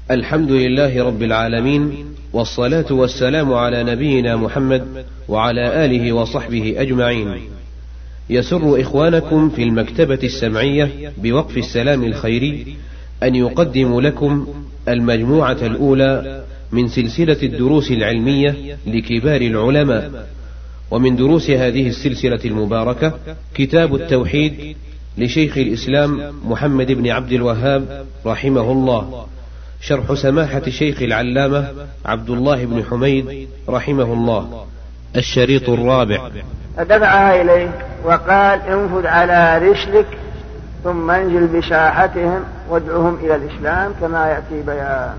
الحمد لله رب العالمين، والصلاة والسلام على نبينا محمد وعلى آله وصحبه أجمعين. يسر إخوانكم في المكتبة السمعية بوقف السلام الخيري أن يقدم لكم المجموعة الأولى من سلسلة الدروس العلمية لكبار العلماء. ومن دروس هذه السلسلة المباركة كتاب التوحيد لشيخ الإسلام محمد بن عبد الوهاب رحمه الله، شرح سماحة الشيخ العلامة عبد الله بن حميد رحمه الله، الشريط الرابع. فدفعها إليه وقال: انفذ على رسلك ثم انزل بساحتهم وادعهم إلى الإسلام كما يأتي بيانه.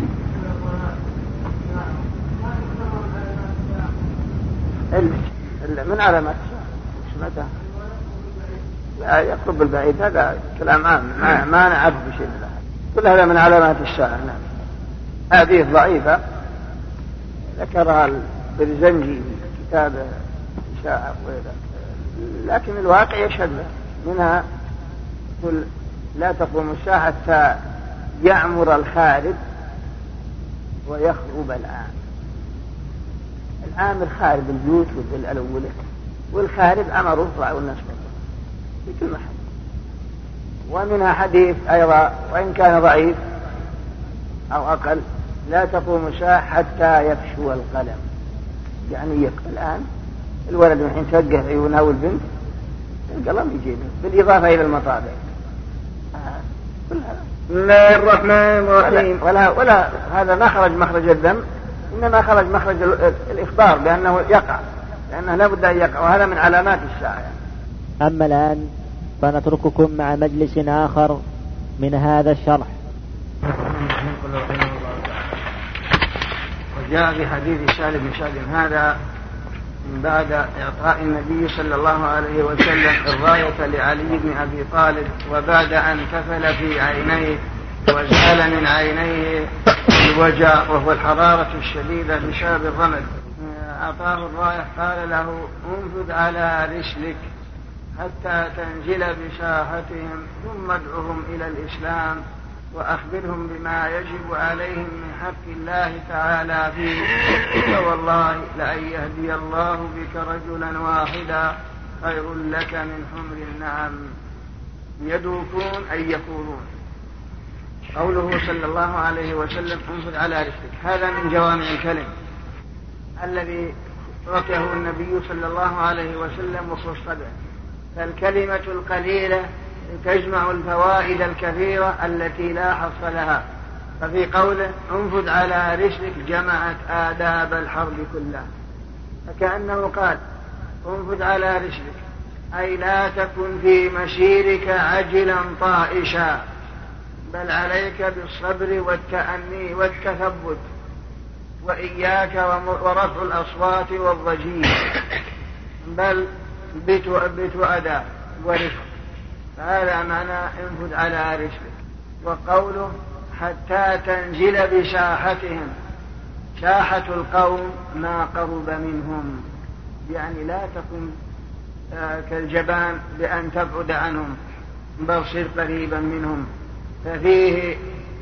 من علامات متى يقرب البعيد، هذا كلام عام ما نعرف بشيء من هذا، كل هذا من علامات الساعة. نعم، هذه ضعيفة ذكرها البرزنجي في كتابه الساعة، لكن الواقع يشهد منها. قل لا تقوم الساعة حتى يعمر الخارب ويخرب العامر خارب البيوت والأولى، والخارب عمره والناس في كل محل. ومنها حديث أيضا وإن كان ضعيف أو أقل: لا تقوم الساعة حتى يفشو القلم. يعني الآن الولد الحين تلقى عيونها والبنت القلم يجيبه، بالإضافة إلى المطابع. بسم الله الرحمن الرحيم. ولا هذا ما خرج مخرج الذم، إنما خرج مخرج الإخبار بأنه يقع، لأنه لا بد أن يقع، وهذا من علامات الساعة. أما الآن فنترككم مع مجلس آخر من هذا الشرح. وجاء في حديث سالم بن سعد هذا من بعد إعطاء النبي صلى الله عليه وسلم الراية لعلي بن أبي طالب، وبعد أن كفل في عينيه وزال من عينيه الوجع وهو الحرارة الشديدة بسبب الرمد، أعطاه الراية قال له: انفذ على رسلك حتى تنزل بساحتهم ثم ادعهم إلى الإسلام وأخبرهم بما يجب عليهم من حق الله تعالى فيه، فوالله لأن يهدي الله بك رجلا واحدا خير لك من حمر النعم. يدوكون أي يقولون. قوله صلى الله عليه وسلم: انفذ على رسلك، هذا من جوامع الكلم الذي رقيه النبي صلى الله عليه وسلم وخص به. فالكلمة القليلة تجمع الفوائد الكثيرة التي لا حصر لها. ففي قوله انفذ على رسلك جمعت آداب الحرب كلها، فكأنه قال: انفذ على رسلك أي لا تكن في مسيرك عجلا طائشا، بل عليك بالصبر والتأني والتثبت، وإياك ورفع الأصوات والضجيج، بل بتؤدى ورفق. فهذا معنى انفذ على رسلك. وقوله حتى تنزل بساحتهم، ساحة القوم ما قرب منهم، يعني لا تكن كالجبان بأن تبعد عنهم، بل صر قريبا منهم. ففيه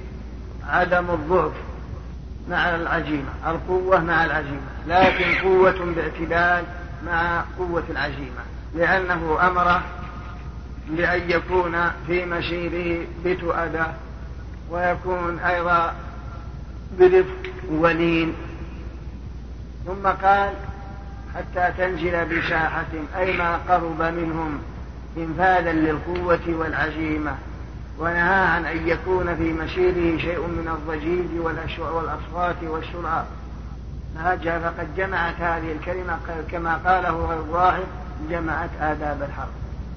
عدم الضعف مع العزيمة، القوة مع العزيمة، لكن قوة باعتدال مع قوة العزيمة، لأنه أمره بأن يكون في مسيره بتؤدى، ويكون أيضا برفق ولين. ثم قال حتى تنزل بساحتهم أي ما قرب منهم انفاذا للقوة والعزيمة، ونهى عن أن يكون في مسيره شيء من الضجيج والأصوات والسرعة. فقد جمعت هذه الكلمة كما قاله الظاهر جمعت آداب الحرب.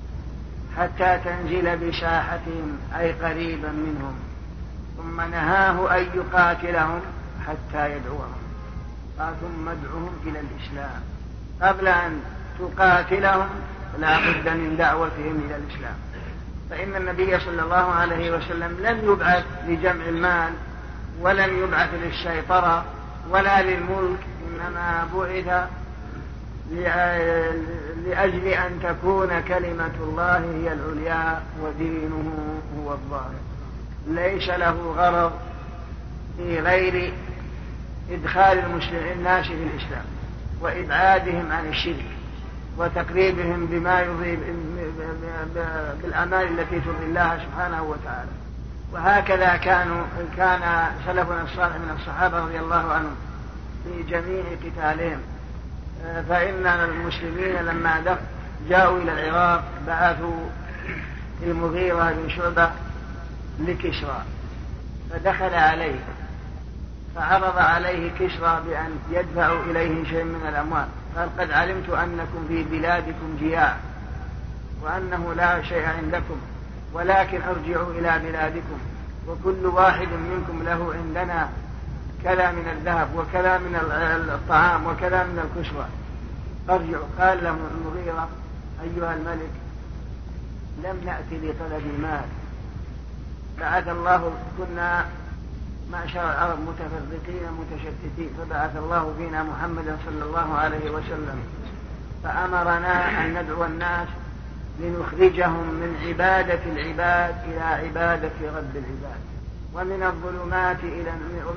حتى تنزل بساحتهم أي قريبا منهم. ثم نهاه أن يقاتلهم حتى يدعوهم، قال ثم ادعوهم إلى الإسلام. قبل أن تقاتلهم لا بد من دعوتهم إلى الإسلام، فإن النبي صلى الله عليه وسلم لم يبعث لجمع المال، ولم يبعث للسيطرة ولا للملك، إنما بعث لأجل أن تكون كلمة الله هي العليا ودينه هو الظاهر. ليس له غرض في غير إدخال الناس في الإسلام وإبعادهم عن الشرك وتقريبهم بما يضيب بالأعمال التي ترضي الله سبحانه وتعالى. وهكذا كان سلفنا الصالح من الصحابة رضي الله عنهم في جميع قتالهم. فإن المسلمين لما جاءوا إلى العراق بعثوا المغيرة بن شعبة لكسرى، فدخل عليه فعرض عليه كسرى بأن يدفعوا إليه شيء من الأموال، قال قد علمت أنكم في بلادكم جياع وأنه لا شيء عندكم، ولكن ارجعوا إلى بلادكم وكل واحد منكم له عندنا كذا من الذهب وكذا من الطعام وكذا من الكسوة، ارجعوا. قال له المغيرة أيها الملك لم نأتي لطلب المال، بعث الله، كنا معشر العرب متفرقين متشتتين، فبعث الله فينا محمدا صلى الله عليه وسلم فأمرنا أن ندعو الناس لنخرجهم من عبادة العباد إلى عبادة رب العباد، ومن الظلمات إلى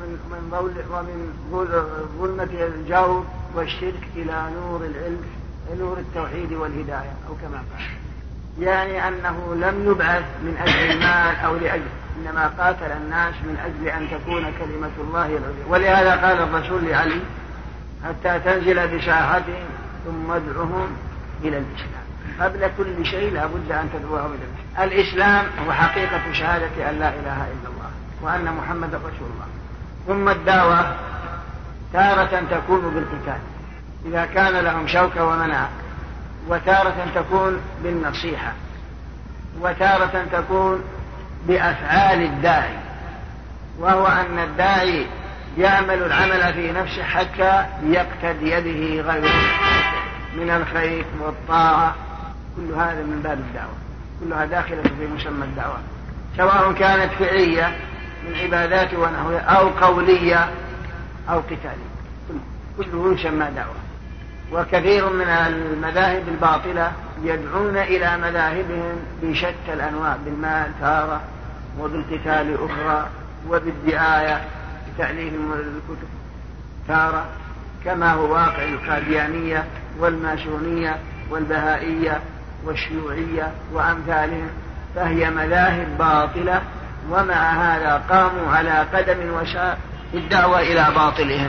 ومن ظلمة الجور والشرك إلى نور العلم، نور التوحيد والهداية، أو كما قال. يعني أنه لم يبعث من أجل المال أو لأجل، إنما قاتل الناس من أجل أن تكون كلمة الله العليا. ولهذا قال الرسول لعلي حتى تنزل بساحتهم ثم ادعهم إلى الإسلام، قبل كل شيء لا بد أن تدعوهم إلى الإسلام. الإسلام هو حقيقة شهادة أن لا إله إلا الله وأن محمد رسول الله. ثم الدعوة تارة تكون بالقتال إذا كان لهم شوكة ومنع، وتارة تكون بالنصيحة، وتارة تكون بأفعال الداعي، وهو أن الداعي يعمل العمل في نفسه حتى يقتدي به غيره من الخير والطاعة، كل هذا من باب الدعوة، كلها داخلة في مسمى الدعوة، سواء كانت فعلية من عبادات ونحوها أو قولية أو قتالية، كله يسمى دعوة. وكثير من المذاهب الباطلة يدعون إلى مذاهبهم بشتى الأنواع، بالمال تارة، وبالقتال أخرى، وبالدعاية بتأليف الكتب تارة، كما هو واقع القاديانية والماسونية والبهائية والشيوعية وأمثالهم، فهي مذاهب باطلة، ومع هذا قاموا على قدم وساق الدعوة إلى باطلهم.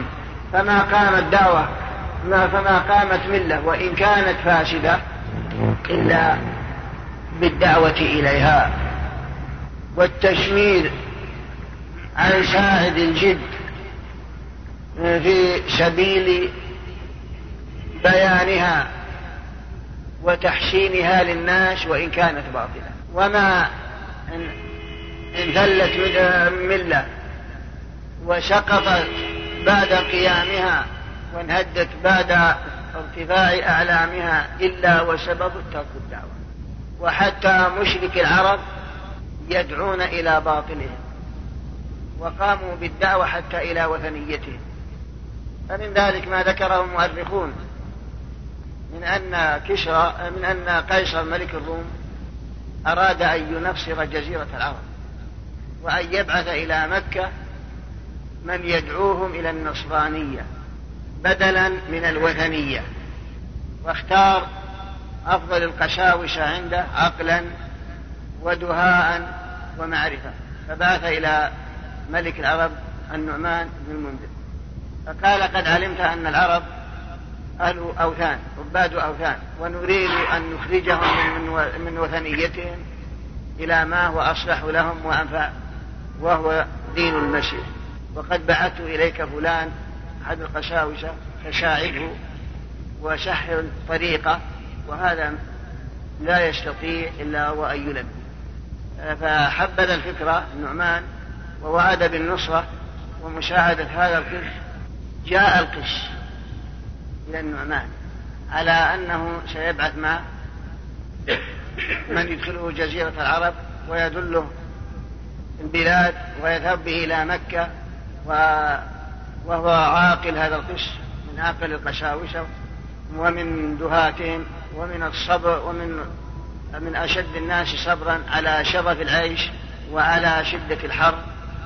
فما قامت ملة وإن كانت فاسدة إلا بالدعوة إليها والتشمير عن ساعد الجد في سبيل بيانها وتحسينها للناس وإن كانت باطلة. وما إن ذلت ملة وسقطت بعد قيامها وانهدت بعد ارتفاع أعلامها إلا وسبب ترك الدعوة. وحتى مشرك العرب يدعون إلى باطلهم وقاموا بالدعوة حتى إلى وثنيتهم. فمن ذلك ما ذكره المؤرخون من أن قيصر ملك الروم أراد أن ينصر جزيرة العرب وأن يبعث إلى مكة من يدعوهم إلى النصرانية بدلا من الوثنية، واختار أفضل القساوسة عنده عقلا ودهاء ومعرفة، فبعث إلى ملك العرب النعمان بن المنذر فقال قد علمت أن العرب أهل أوثان عباد أوثان، ونريد أن نخرجهم من وثنيتهم إلى ما هو أصلح لهم وأنفع، وهو دين المسيح. وقد بعثت إليك فلان أحد القساوسة فساعده وسهل طريقه، وهذا لا يستطيع إلا هو أن يلبي. فحبذ الفكرة النعمان ووعد بالنصرة ومساعدة هذا القس. جاء القس إلى النعمان على أنه سيبعث معه من يدخله جزيرة العرب ويدله البلاد ويذهب به إلى مكة، وهو عاقل هذا القس من عاقل القساوسة ومن دهاتهم ومن الصبر ومن أشد الناس صبرا على شرف العيش وعلى شدة الحر،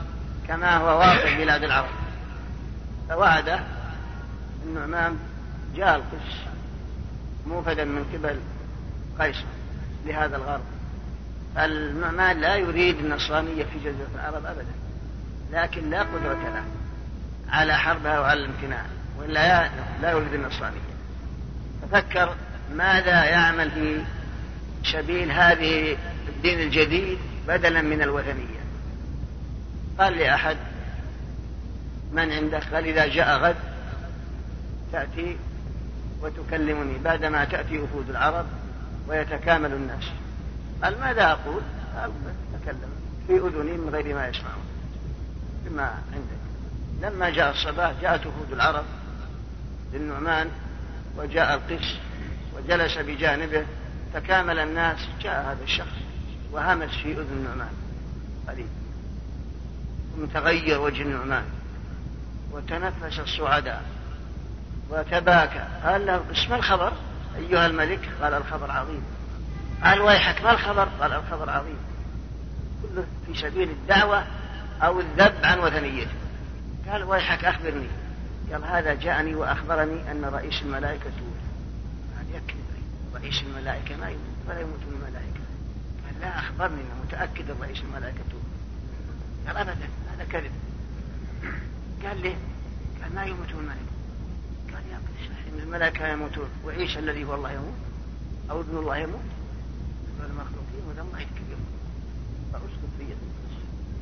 كما هو واقع بلاد العرب. فوعد النعمان جاء القس موفدا من قبل قيصر لهذا الغرب. فالنعمان لا يريد النصرانية في جزيرة العرب أبدا، لكن لا قدرة له على حربها وعلى الامتناع، وإلا لا يريد النصرانية. ففكر ماذا يعمل في سبيل هذه الدين الجديد بدلا من الوثنية. قال لأحد من عندك؟ قال إذا جاء غد تأتي وتكلمني بعدما تأتي وفود العرب ويتكامل الناس. قال ماذا أقول؟ قال تكلم في أذني من غير ما يسمعون بما عندك. لما جاء الصباح جاءت وفود العرب للنعمان وجاء القس وجلس بجانبه، تكامل الناس. جاء هذا الشخص وهمس في أذن النعمان قليل، ثم تغير وجه النعمان وتنفس الصعداء وتباكى. قال له القس ما الخبر أيها الملك؟ قال الخبر عظيم. قال ويحك ما الخبر؟ قال الخبر عظيم. كله في سبيل الدعوة أو الذب عن وثنيته. قال ويحك أخبرني. قال هذا جاءني وأخبرني أن رئيس الملائكة توفي. قال يكذب، رئيس الملائكة ما يموت ولا يموت الملائكة. قال لا، أخبرني أنه متأكد رئيس الملائكة توفي. قال أبدا هذا كذب. قال ليه؟ قال ما يموت الملائكة. قال يا قدس إن الملائكة يموتون وعيسى الذي هو الله يموت أو ابن الله يموت؟ قال المخلوقين وذا الله يتكلم. فأسكت في يد القدس.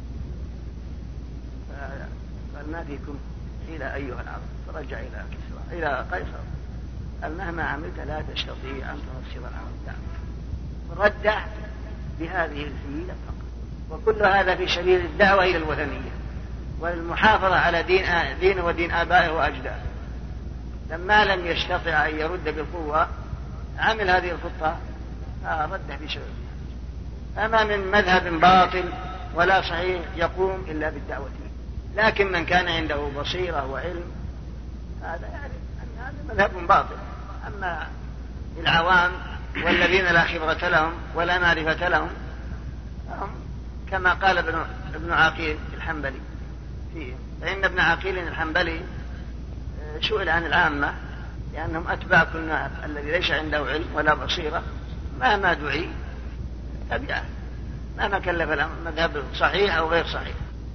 قال ما فيكم إلى أيها العرب. فرجع إلى كسرى إلى قيصر قال مهما عملت لا تستطيع أن تنصر العرب. ردع بهذه الحيلة فقط. وكل هذا في سبيل الدعوة إلى الوثنية والمحافظة على دين ودين آبائه وأجداده. لما لم يستطع أن يرد بالقوة عمل هذه الخطة رده بسبب. أما من مذهب باطل ولا صحيح يقوم إلا بالدعوة. لكن من كان عنده بصيرة وعلم هذا يعني أن هذا مذهب باطل. أما العوام والذين لا خبرة لهم ولا معرفة لهم هم كما قال ابن عقيل الحنبلي فيه. فإن ابن عقيل الحنبلي سئل عن العامة لأنهم أتباع كل نائب الذي ليس عنده علم ولا بصيرة مهما دعي تبعه مهما كلف الأمر مذهب صحيح أو غير صحيح.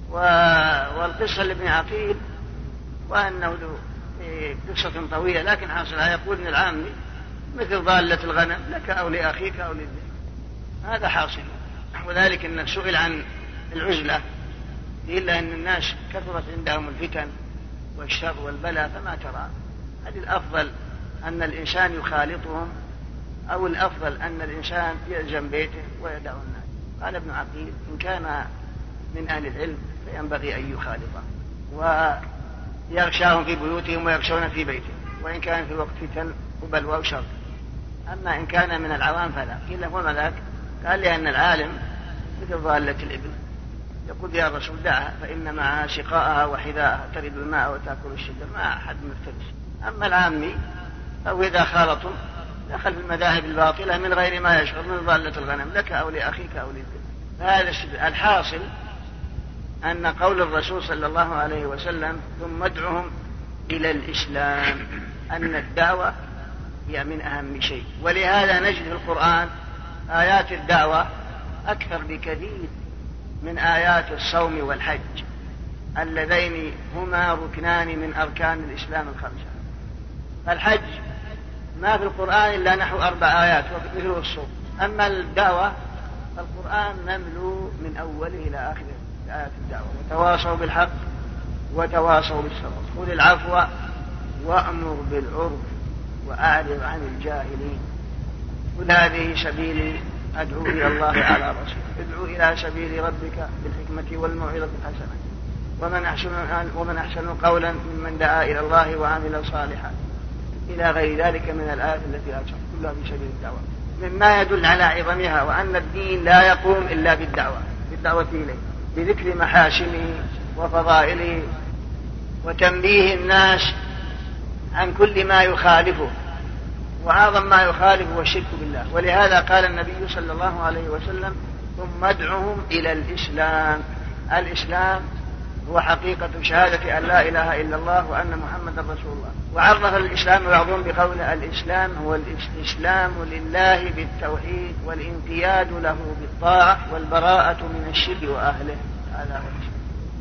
والقصة لابن عقيل وأنه قصة طويلة لكن حاصلها يقول إن العامي مثل ضالة الغنم لك أو لأخيك أو للذئب. هذا حاصل. وذلك أن سئل عن العزلة إلا أن الناس كثرت عندهم الفتن والشر والبلاء فما ترى هل الأفضل أن الإنسان يخالطهم أو الأفضل أن الإنسان يلزم بيته ويدعو الناس. قال ابن عقيل إن كان من أهل العلم فينبغي أن يخالطهم ويغشاهم في بيوتهم ويغشون في بيتهم وإن كان في وقت فتن وبلوى وشر. أما إن كان من العوام فلا. قيل وما ذاك؟ قال لأن العالم مثل ضالة الإبل يقول يا رسول دعها فإن معها شقاءها وحذاءها ترد الماء وتأكل الشجر ما أحد مفترس. أما العامي أو إذا خالطوا دخل في المذاهب الباطلة من غير ما يشعر من ضالة الغنم لك أو لأخيك أو للذئب. فهذا الحاصل أن قول الرسول صلى الله عليه وسلم ثم ادعهم إلى الإسلام أن الدعوة هي من أهم شيء. ولهذا نجد في القرآن آيات الدعوة أكثر بكثير من آيات الصوم والحج اللذين هما ركنان من أركان الإسلام الخمسة. فالحج ما في القرآن إلا نحو 4 آيات مثل الصوم. أما الدعوة فالقرآن مملوء من أوله إلى آخره آيات الدعوة. وتواصوا بالحق وتواصوا بالصبر خذ العفو وأمر بالعرف وأعرض عن الجاهلين. قل هذه سبيلي أدعو إلى الله على رسول ادعو إلى سبيل ربك بالحكمة والموعظة الحسنة ومن أحسن قولا ممن دعا إلى الله وعمل صالحا إلى غير ذلك من الآيات التي أشرت كلها في سبيل الدعوة مما يدل على عظمها وأن الدين لا يقوم إلا بالدعوة إليه بذكر محاسنه وفضائله وتنبيه الناس عن كل ما يخالفه. وأعظم ما يخالف هو الشرك بالله. ولهذا قال النبي صلى الله عليه وسلم ثم ادعهم إلى الإسلام. الإسلام هو حقيقة شهادة أن لا إله إلا الله وأن محمد رسول الله. وعرف الإسلام بعضهم بقوله الإسلام هو الاستسلام لله بالتوحيد والانقياد له بالطاعة والبراءة من الشرك وأهله. هذا هو الإسلام.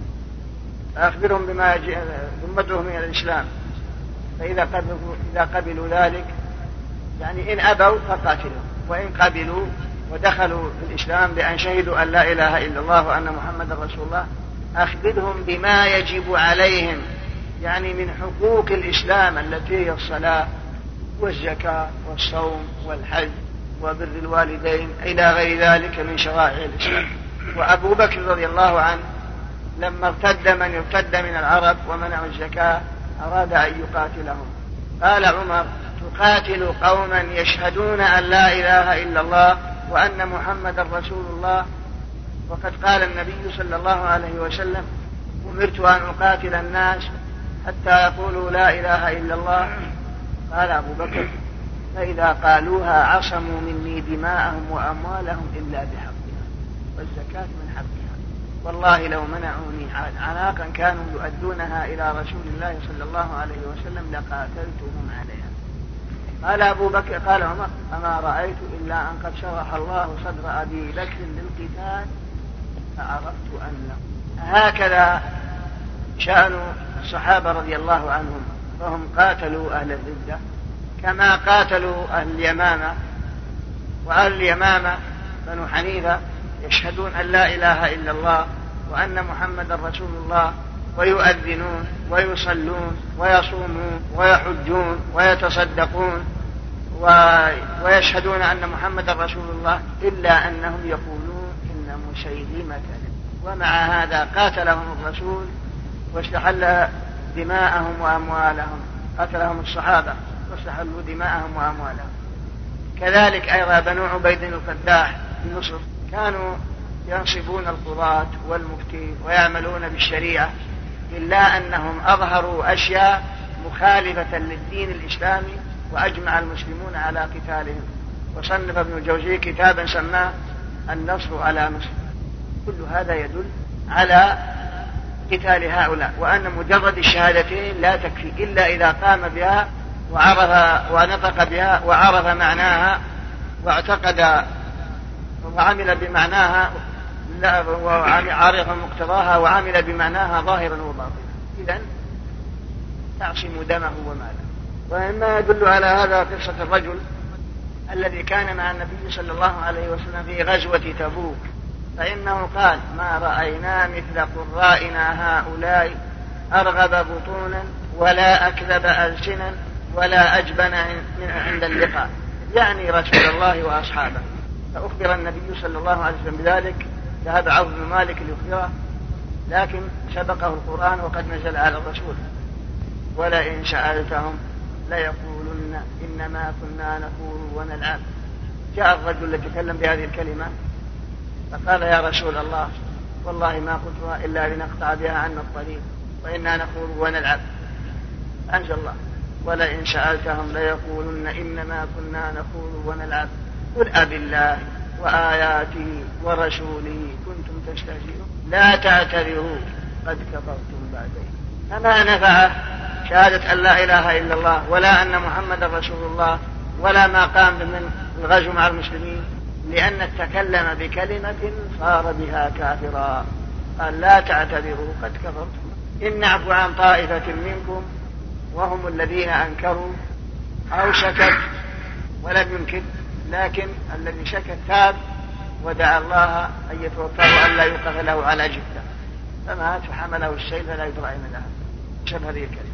فأخبرهم بما ثم من الإسلام، فإذا قبلوا ذلك يعني إن أبوا فقاتلوا، وإن قبلوا ودخلوا في الإسلام بأن شهدوا أن لا إله إلا الله وأن محمد رسول الله أخبرهم بما يجب عليهم، يعني من حقوق الإسلام التي هي الصلاة والزكاة والصوم والحج وبر الوالدين إلى غير ذلك من شرائع الإسلام. وأبو بكر رضي الله عنه لما ارتد من ارتد من العرب ومنعوا الزكاة أراد أن يقاتلهم، قال عمر تقاتل قوما يشهدون أن لا إله إلا الله وأن محمد رسول الله، وقد قال النبي صلى الله عليه وسلم أمرت أن أقاتل الناس حتى يقولوا لا إله إلا الله. قال أبو بكر فإذا قالوها عصموا مني دماءهم وأموالهم إلا بحقها، والزكاة من حقها، والله لو منعوني عناقا كانوا يؤدونها إلى رسول الله صلى الله عليه وسلم لقاتلتهم عليها. قال أبو بكر قال عمر أما رأيت إلا أن قد شرح الله صدر أبي بكر للقتال فعرفت أنه. هكذا شأن الصحابة رضي الله عنهم، فهم قاتلوا أهل الردة كما قاتلوا أهل اليمامة، وأهل اليمامة بنو حنيفة يشهدون أن لا إله إلا الله وأن محمد رسول الله، ويؤذنون ويصلون ويصومون ويحجون ويتصدقون ويشهدون أن محمد رسول الله، إلا أنهم يقولون إن مسيلمة كذب. ومع هذا قاتلهم الرسول واستحل دماءهم وأموالهم، قتلهم الصحابة واستحلوا دماءهم وأموالهم. كذلك أيضا بنو عبيد القداح في مصر كانوا ينصبون القضاة والمفتي ويعملون بالشريعة، إلا أنهم أظهروا أشياء مخالفة للدين الإسلامي وأجمع المسلمون على قتالهم. وصنف ابن الجوزي كتابا سماه النصر على مصر. كل هذا يدل على قتال هؤلاء، وأن مجرد الشهادتين لا تكفي إلا إذا قام بها وعرف ونطق بها وعرف معناها واعتقد وعمل بمعناها وعرف مقتضاها وعمل بمعناها ظاهرا وباطنا، إذن تعصم دمه وماله. وإما يدل على هذا قصة الرجل الذي كان مع النبي صلى الله عليه وسلم في غزوة تبوك، فإنه قال ما رأينا مثل قرائنا هؤلاء أرغب بطونا ولا أكذب ألسنا ولا أجبن عند اللقاء، يعني رسول الله وأصحابه. فأخبر النبي صلى الله عليه وسلم بذلك، ذهب عوف بن مالك ليخبره، لكن سبقه القرآن وقد نزل على الرسول ولئن سألتهم ليقولن إنما كنا نخوض ونلعب. جاء الرجل الذي تكلم بهذه الكلمة فقال يا رسول الله والله ما قلتها إلا لنقطع بها عنا الطريق وإنا نخوض ونلعب. أنزل الله ولئن سألتهم ليقولن إنما كنا نخوض ونلعب قل أبالله وآياته ورسوله كنتم تستهزئون لا تعتذروا قد كفرتم بعدين. فما نفعه شهادة أن لا إله إلا الله ولا أن محمد رسول الله ولا ما قام من الغزو مع المسلمين، لأن تكلم بكلمة صار بها كافرا. قال لا تعتذروا قد كفرتم إن نعفو عن طائفة منكم وهم الذين أنكروا أو شكت ولم ينكر، لكن الذي شكت تاب ودعا الله أن يتوفاه أن لا يوقف له على جبته، فمات فحمله السيل فلا يدرى أين ذهب. شبه هذه الكلمة.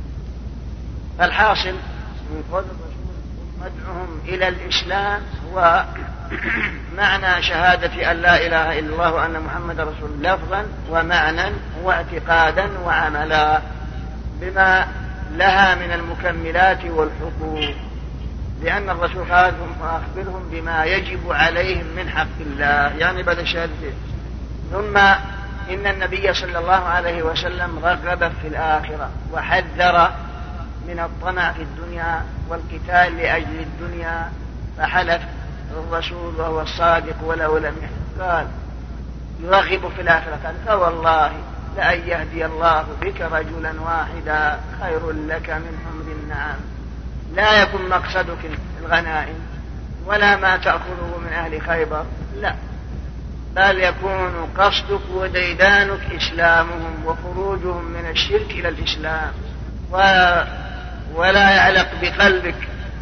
فالحاصل من قول الرسول مدعوهم إلى الإسلام هو معنى شهادة أن لا إله إلا الله وأن محمد رسول لفظا ومعنى واعتقادا وعملا بما لها من المكملات والحقوق، لأن الرسول قال أخبرهم بما يجب عليهم من حق الله، يعني بعد الشهادتين. ثم إن النبي صلى الله عليه وسلم رغب في الآخرة وحذر من الطمع في الدنيا والقتال لأجل الدنيا، فحلف الرسول وهو الصادق وله لم يحلف قال يرغب في الآخرة قال فوالله لأن يهدي الله بك رجلا واحدا خير لك من حمر النعم. لا يكن مقصدك الغنائم ولا ما تأخذه من أهل خيبر، لا، بل يكون قصدك وديدانك إسلامهم وخروجهم من الشرك إلى الإسلام، ولا يعلق بقلبك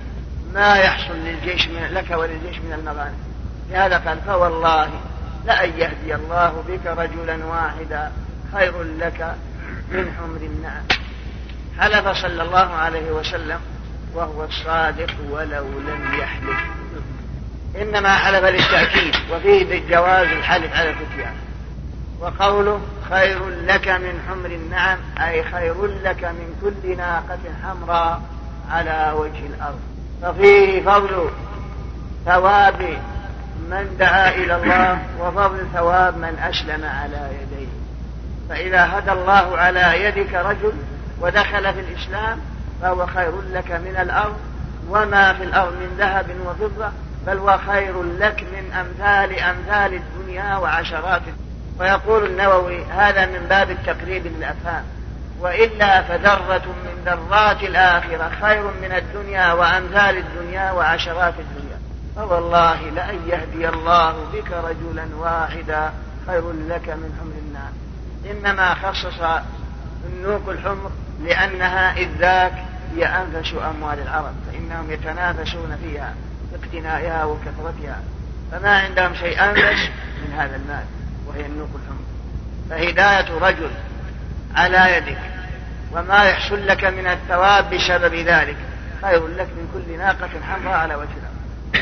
ما يحصل للجيش لك وللجيش من المغانم. لهذا قال فوالله لأن يهدي الله بك رجلا واحدا خير لك من حمر النعم. حلف صلى الله عليه وسلم وهو الصادق ولو لم يحلف، إنما حلف للتأكيد، وفيه جواز الحلف على الفتيان. وقوله خير لك من حمر النعم أي خير لك من كل ناقة حمراء على وجه الأرض. ففيه فضل ثواب من دعا إلى الله وفضل ثواب من أسلم على يديه. فإذا هدى الله على يدك رجل ودخل في الإسلام فهو خير لك من الأرض وما في الأرض من ذهب وفضة، بل هو خير لك من أمثال الدنيا وعشرات. ويقول النووي هذا من باب التقريب للأفهام، وإلا فذرة من ذرات الآخرة خير من الدنيا وأمثال الدنيا وعشرات الدنيا. فوالله لأن يهدي الله بك رجلا واحدا خير لك من حمر النعم. إنما خصص النوق الحمر لأنها إذ ذاك هي أنفس أموال العرب، فإنهم يتنافسون فيها باقتنائها وكثرتها، فما عندهم شيء أنفس من هذا المال وهي النوق الحمر. فهداية رجل على يدك وما يحصل لك من الثواب بسبب ذلك خير لك من كل ناقة حمراء على وجه الأرض.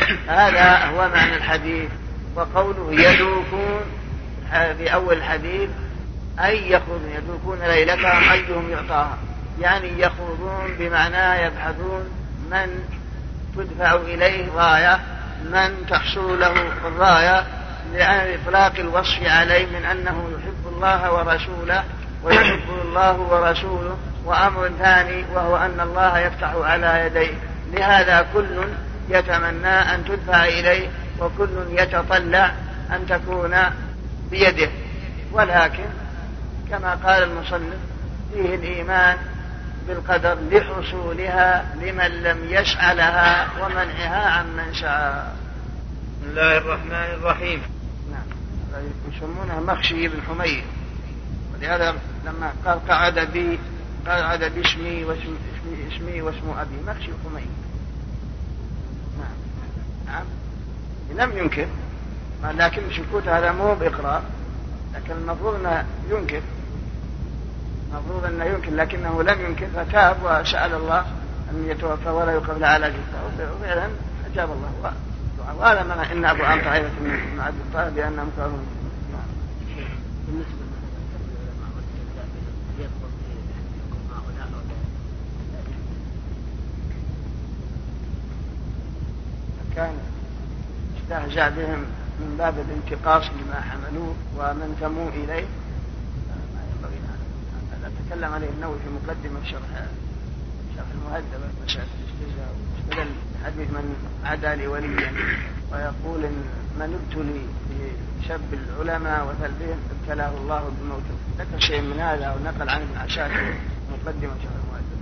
هذا هو معنى الحديث. وقوله يدوكون في أول الحديث أي يخرجون يدوكون ليلتهم أيهم يعطاها، يعني يخرجون بمعنى يبحثون من تدفع إليه راية، من تحصل له الراية، لأن إطلاق الوصف عليه من أنه يحب الله ورسوله ويحب الله ورسوله، وأمر ثاني وهو أن الله يفتح على يديه. لهذا كل يتمنى أن تدفع إليه وكل يتطلع أن تكون بيده، ولكن كما قال المصنف فيه الإيمان بالقدر لحصولها لمن لم يسعى لها ومنعها عمن سعى. بسم الله الرحمن الرحيم. نعم، يسمونه مخشي بن حمير، ولهذا لما قال قعد باسمي اسمي واسم أبي مخشي حمير. نعم، لم ينكر، لكن سكوت هذا مو بإقرار، لكن المفروض أنه ينكر، لكنه لم ينكر فتاب وسأل الله أن يتوفى ولا يقبل على جثته، وفعلا أجاب الله. وهذا معنى إن أبو عمرو عيبة من عبد الطالب بأنهم كانوا. كان استهزأ بهم من باب الانتقاص لما حملوه ومنتموا إليه، ما ينبغي هذا. تكلم عليه النووي في مقدمة شرح المهذب مسألة الاستهزاء، واستدل حديث من عدا لي وليا، ويقول إن من ابتلي بسب العلماء وثلبهم ابتلاه الله بموته. ذكر شيء من هذا ونقل عن ابن عساكر مقدمة شرح المهذب.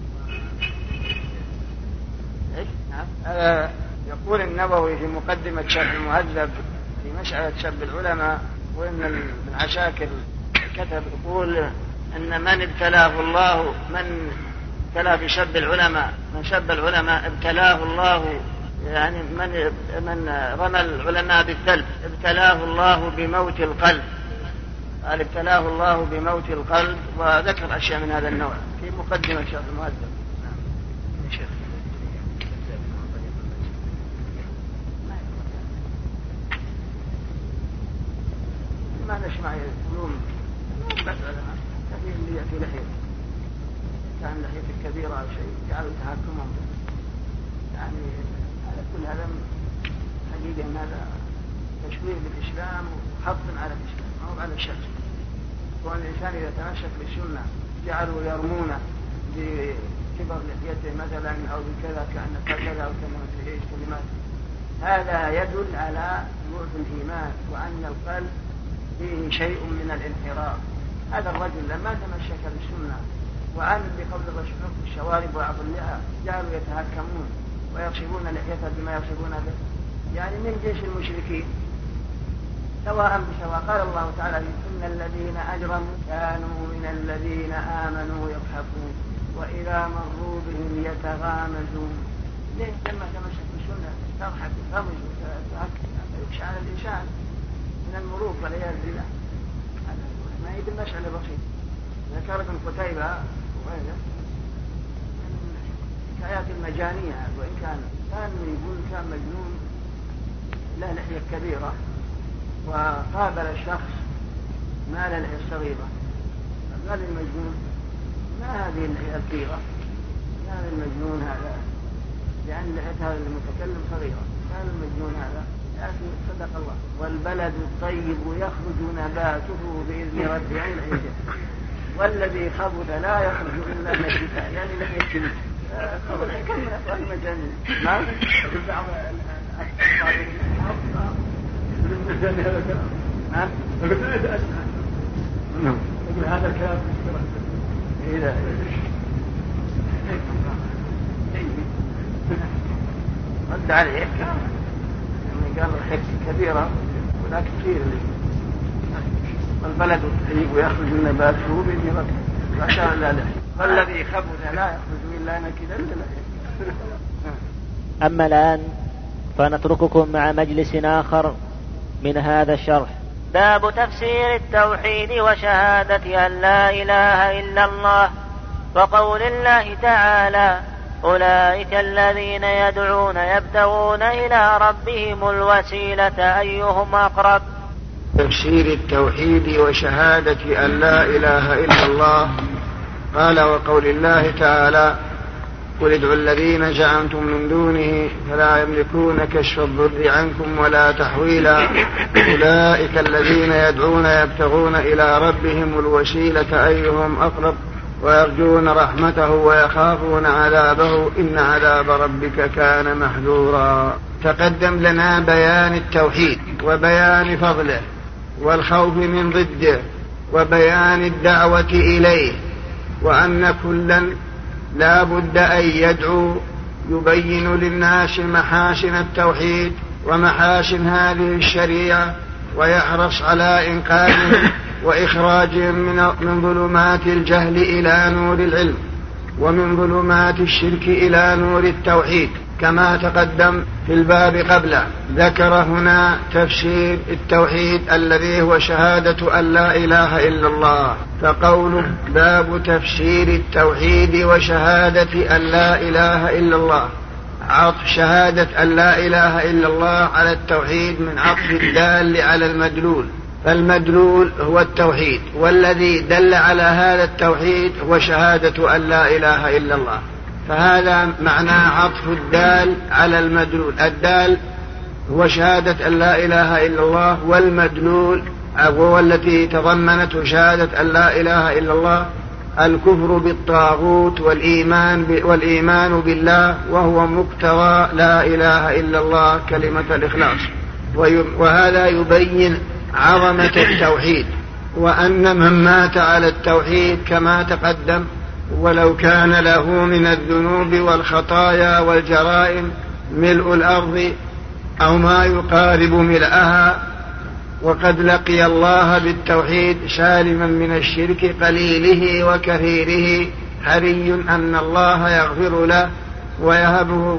نعم، يقول النووي في مقدمة شرح المهذب في مسألة سب العلماء، وإن ابن عساكر كتب يقول أن من ابتلاه الله، من ابتلى بسب العلماء، من سب العلماء ابتلاه الله، يعني من رمى العلماء بالثلب ابتلاه الله بموت القلب. قال ابتلاه الله بموت القلب، وذكر أشياء من هذا النوع في مقدمة شرح المهذب. نعم يا شيخ. ما نسمع يقولون بس علماء كثير اللي يأتي لحية كان لحية كبيرة أو شيء جعلوا تحكمهم، يعني على كل هذا حقيقة أن هذا تشويه بالإسلام وحط على الإسلام ما هو على الشخص. وأن الإنسان إذا تمسك بالسنة جعلوا يرمونه بكبر لحيته مثلا أو بكذا كأن كذا أو كلمات، هذا يدل على ضعف الإيمان وأن القلب فيه شيء من الانحراف، هذا الرجل لما تمسك بالسنة وعمل بقول الرسول في الشوارب وعض اللحى جعلوا يتهكمون ويصبون لحيته بما يصبون به، يعني من جيش المشركين سواء بسواء. قال الله تعالى إن الذين أجرموا كانوا من الذين آمنوا يضحكون وإذا مروا بهم يتغامزون. ليه؟ لما تمسك بالسنة تضحك وتغمز وتهكم، يخشى على الإنسان من الملوك والعياذ بالله. ما هي المسألة بسيطة. ذكر ابن قتيبة وغيره من الحكايات المجانية، وإن كان يقول كان مجنون له لحية كبيرة وقابل الشخص ما له لحية صغيرة، قال المجنون ما هذه اللحية الكبيرة، هذا المجنون هذا لأن لحية هذا المتكلم صغيرة، كان المجنون هذا لكن صدق الله. والبلد الطيب يخرج نباته بإذن ربه، يعني العيد، والذي خبث لا يخرج إلا نكدا، يعني لحية كبيرة. كم من أفعال المجانين ما بعض هذا الكلام إذا رد عليه يعني قال الحكس كبيرة ولا كثير، والبلد الطيب يخرج نباته بإذن ربه لا شاء لا له، والذي خبث لا يخرج إلا نكدا. أما الآن فنترككم مع مجلس آخر من هذا الشرح. باب تفسير التوحيد وشهادة أن لا إله إلا الله، وقول الله تعالى أولئك الذين يدعون يبتغون إلى ربهم الوسيلة أيهم أقرب. تفسير التوحيد وشهادة أن لا إله إلا الله. قال وقول الله تعالى قل ادعوا الذين زعمتم من دونه فلا يملكون كشف الضر عنكم ولا تحويلا أولئك الذين يدعون يبتغون إلى ربهم الوسيلة أيهم أقرب ويرجون رحمته ويخافون عذابه إن عذاب ربك كان محذورا. تقدم لنا بيان التوحيد وبيان فضله والخوف من ضده وبيان الدعوة إليه، وأن كلا لا بد أن يدعو يبين للناس محاسن التوحيد ومحاسن هذه الشريعة، ويحرص على إنقاذهم وإخراجهم من ظلمات الجهل إلى نور العلم، ومن ظلمات الشرك إلى نور التوحيد، كما تقدم في الباب قبله. ذكر هنا تفسير التوحيد الذي هو شهادة أن لا إله إلا الله، فقوله باب تفسير التوحيد وشهادة أن لا إله إلا الله، عطف شهادة أن لا إله إلا الله على التوحيد من عطف الدال على المدلول، فالمدلول هو التوحيد، والذي دل على هذا التوحيد هو شهادة أن لا إله إلا الله، فهذا معنى عطف الدال على المدلول. الدال هو شهادة أن لا إله إلا الله، والمدلول هو التي تضمنت شهادة أن لا إله إلا الله الكفر بالطاغوت والإيمان بالله، وهو مقتضى لا إله إلا الله كلمة الإخلاص. وهذا يبين عظمة التوحيد، وأن من مات على التوحيد كما تقدم ولو كان له من الذنوب والخطايا والجرائم ملء الأرض أو ما يقارب ملئها، وقد لقي الله بالتوحيد سالما من الشرك قليله وكثيره، حري أن الله يغفر له ويهبه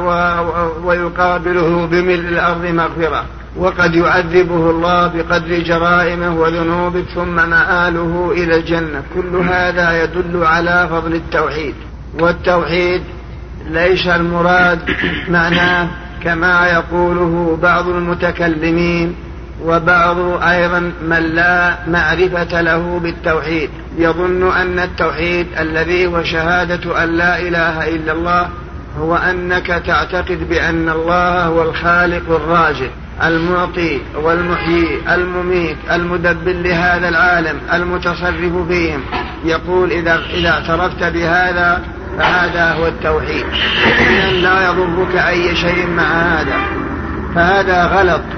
ويقابله بملء الأرض مغفرة، وقد يعذبه الله بقدر جرائمه وذنوبه ثم مآله إلى الجنة. كل هذا يدل على فضل التوحيد. والتوحيد ليس المراد معناه كما يقوله بعض المتكلمين وبعض أيضا من لا معرفة له بالتوحيد، يظن أن التوحيد الذي هو شهادة أن لا إله إلا الله هو أنك تعتقد بأن الله هو الخالق الرازق المعطي والمحيي المميت المدبر لهذا العالم المتصرف فيهم. يقول إذا اعترفت بهذا فهذا هو التوحيد، لا يضرك أي شيء مع هذا، فهذا غلط،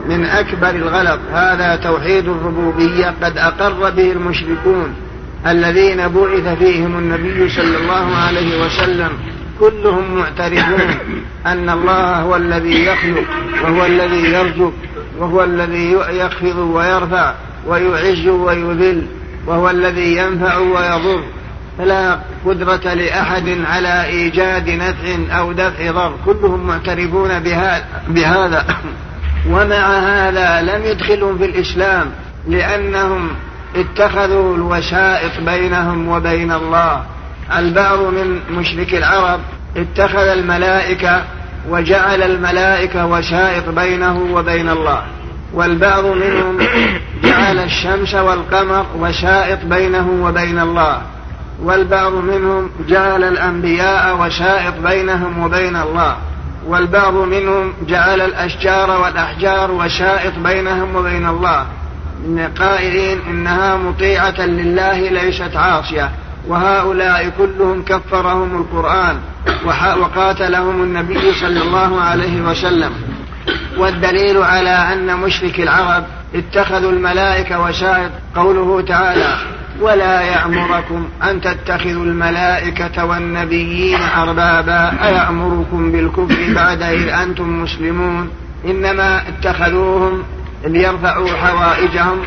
من أكبر الغلط. هذا توحيد الربوبية قد أقر به المشركون الذين بعث فيهم النبي صلى الله عليه وسلم، كلهم معترفون أن الله هو الذي يخلق وهو الذي يرزق وهو الذي يخفض ويرفع ويعز ويذل وهو الذي ينفع ويضر، فلا قدرة لأحد على إيجاد نفع أو دفع ضر، كلهم معترفون بهذا. ومع هذا لم يدخلهم في الإسلام لأنهم اتخذوا الوسائط بينهم وبين الله. البعض من مشرك العرب اتخذ الملائكة وجعل الملائكة وسائط بينه وبين الله، والبعض منهم جعل الشمس والقمر وسائط بينه وبين الله، والبعض منهم جعل الأنبياء وسائط بينهم وبين الله، والبعض منهم جعل الأشجار والأحجار وسائط بينهم وبين الله، قائلين إنها مطيعة لله ليست عاصية. وهؤلاء كلهم كفرهم القرآن وقاتلهم النبي صلى الله عليه وسلم. والدليل على أن مشرك العرب اتخذوا الملائكة وسائط قوله تعالى: ولا يأمركم أن تتخذوا الملائكة والنبيين أربابا أيأمركم بالكفر بعد إذ أنتم مسلمون. إنما اتخذوهم ليرفعوا حوائجهم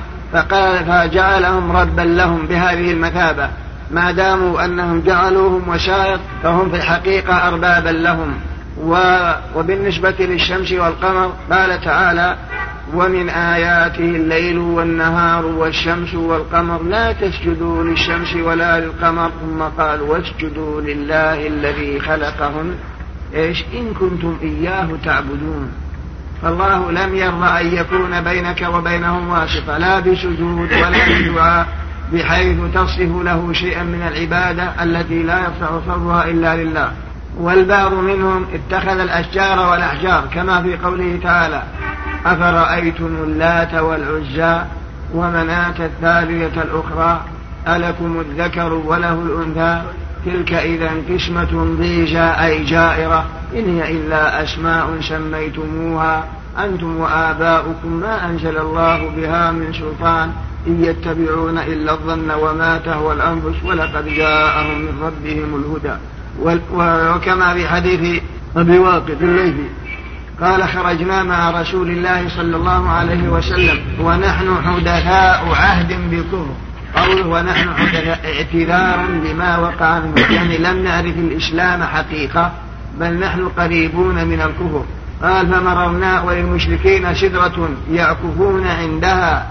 فجعلهم ربا لهم بهذه المثابة، ما داموا أنهم جعلوهم وسائط فهم في الحقيقة أربابا لهم. وبالنسبة للشمس والقمر قال تعالى: ومن آياته الليل والنهار والشمس والقمر لا تسجدوا للشمس ولا للقمر، ثم قال: واسجدوا لله الذي خلقهن إن كنتم إياه تعبدون. فالله لم يرضى أن يكون بينك وبينهم واسطة، لا بسجود ولا بدعاء، بحيث تصف له شيئا من العبادة التي لا يصح صرفها إلا لله. والبعض منهم اتخذ الأشجار والأحجار كما في قوله تعالى: أفرأيتم اللات والعزى ومناة الثالثة الأخرى ألكم الذكر وله الأنثى تلك إذا قسمة ضيزى أي جائرة إن هي إلا أسماء سميتموها أنتم وآباؤكم ما أنزل الله بها من سلطان إن يتبعون إلا الظن وما تهوى الأنفس ولقد جاءهم من ربهم الهدى. وكما في حديث أبي واقد الليثي قال: خرجنا مع رسول الله صلى الله عليه وسلم ونحن حدثاء عهد بكفر. قوله ونحن حدثاء اعتذارا لما وقع منه، يعني لم نعرف الإسلام حقيقة بل نحن قريبون من الكفر. قال: فمررنا وللمشركين سدرة يعكفون عندها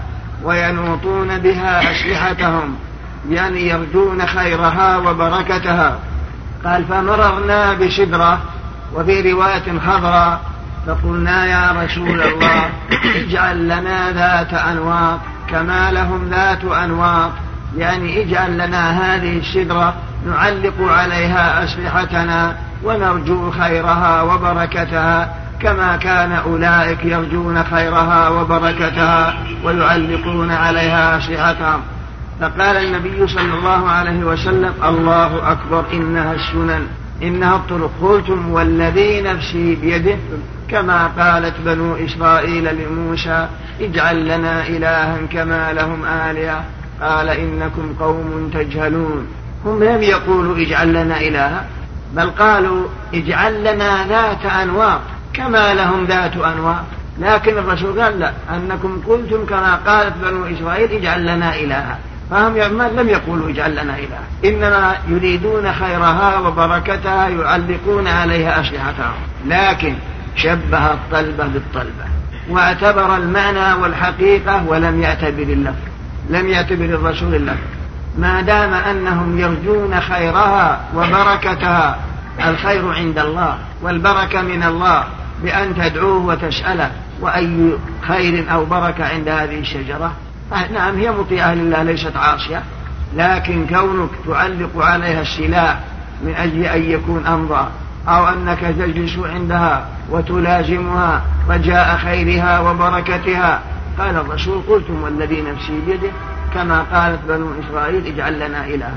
وينوطون بها أسلحتهم، يعني يرجون خيرها وبركتها. قال: فمررنا بسدرة، وفي رواية خضراء، فقلنا: يا رسول الله اجعل لنا ذات أنواط كما لهم ذات أنواط، يعني اجعل لنا هذه السدرة نعلق عليها أسلحتنا ونرجو خيرها وبركتها كما كان أولئك يرجون خيرها وبركتها ويعلقون عليها أسلحتهم. فقال النبي صلى الله عليه وسلم: الله أكبر، إنها السنن، إنها الطرق. قلتم: والذي نفسي بيده، كما قالت بنو إسرائيل لموسى: اجعل لنا إلها كما لهم آلهة. قال: إنكم قوم تجهلون. هم لم يقولوا اجعل لنا إلها، بل قالوا اجعل لنا ذات أنواط كما لهم ذات أنواط. لكن الرسول قال: لا، أنكم قلتم كما قالت بنو إسرائيل اجعل لنا إلها. فهم لم يقولوا اجعل لنا إلها، إنما يريدون خيرها وبركتها يعلقون عليها أسلحتهم. لكن شبه الطلبة بالطلبة واعتبر المعنى والحقيقة ولم يعتبر اللفظ، لم يعتبر الرسول اللفظ، ما دام أنهم يرجون خيرها وبركتها. الخير عند الله والبركة من الله بأن تدعوه وتسأله، وأي خير أو بركة عند هذه الشجرة؟ نعم هي مطيعة لله ليست عاصية، لكن كونك تعلق عليها السلاح من أجل أن يكون أمضى، أو أنك تجلس عندها وتلازمها رجاء خيرها وبركتها. قال الرسول: قلتم والذي نفسي بيده، كما قالت بنو إسرائيل اجعل لنا إلها.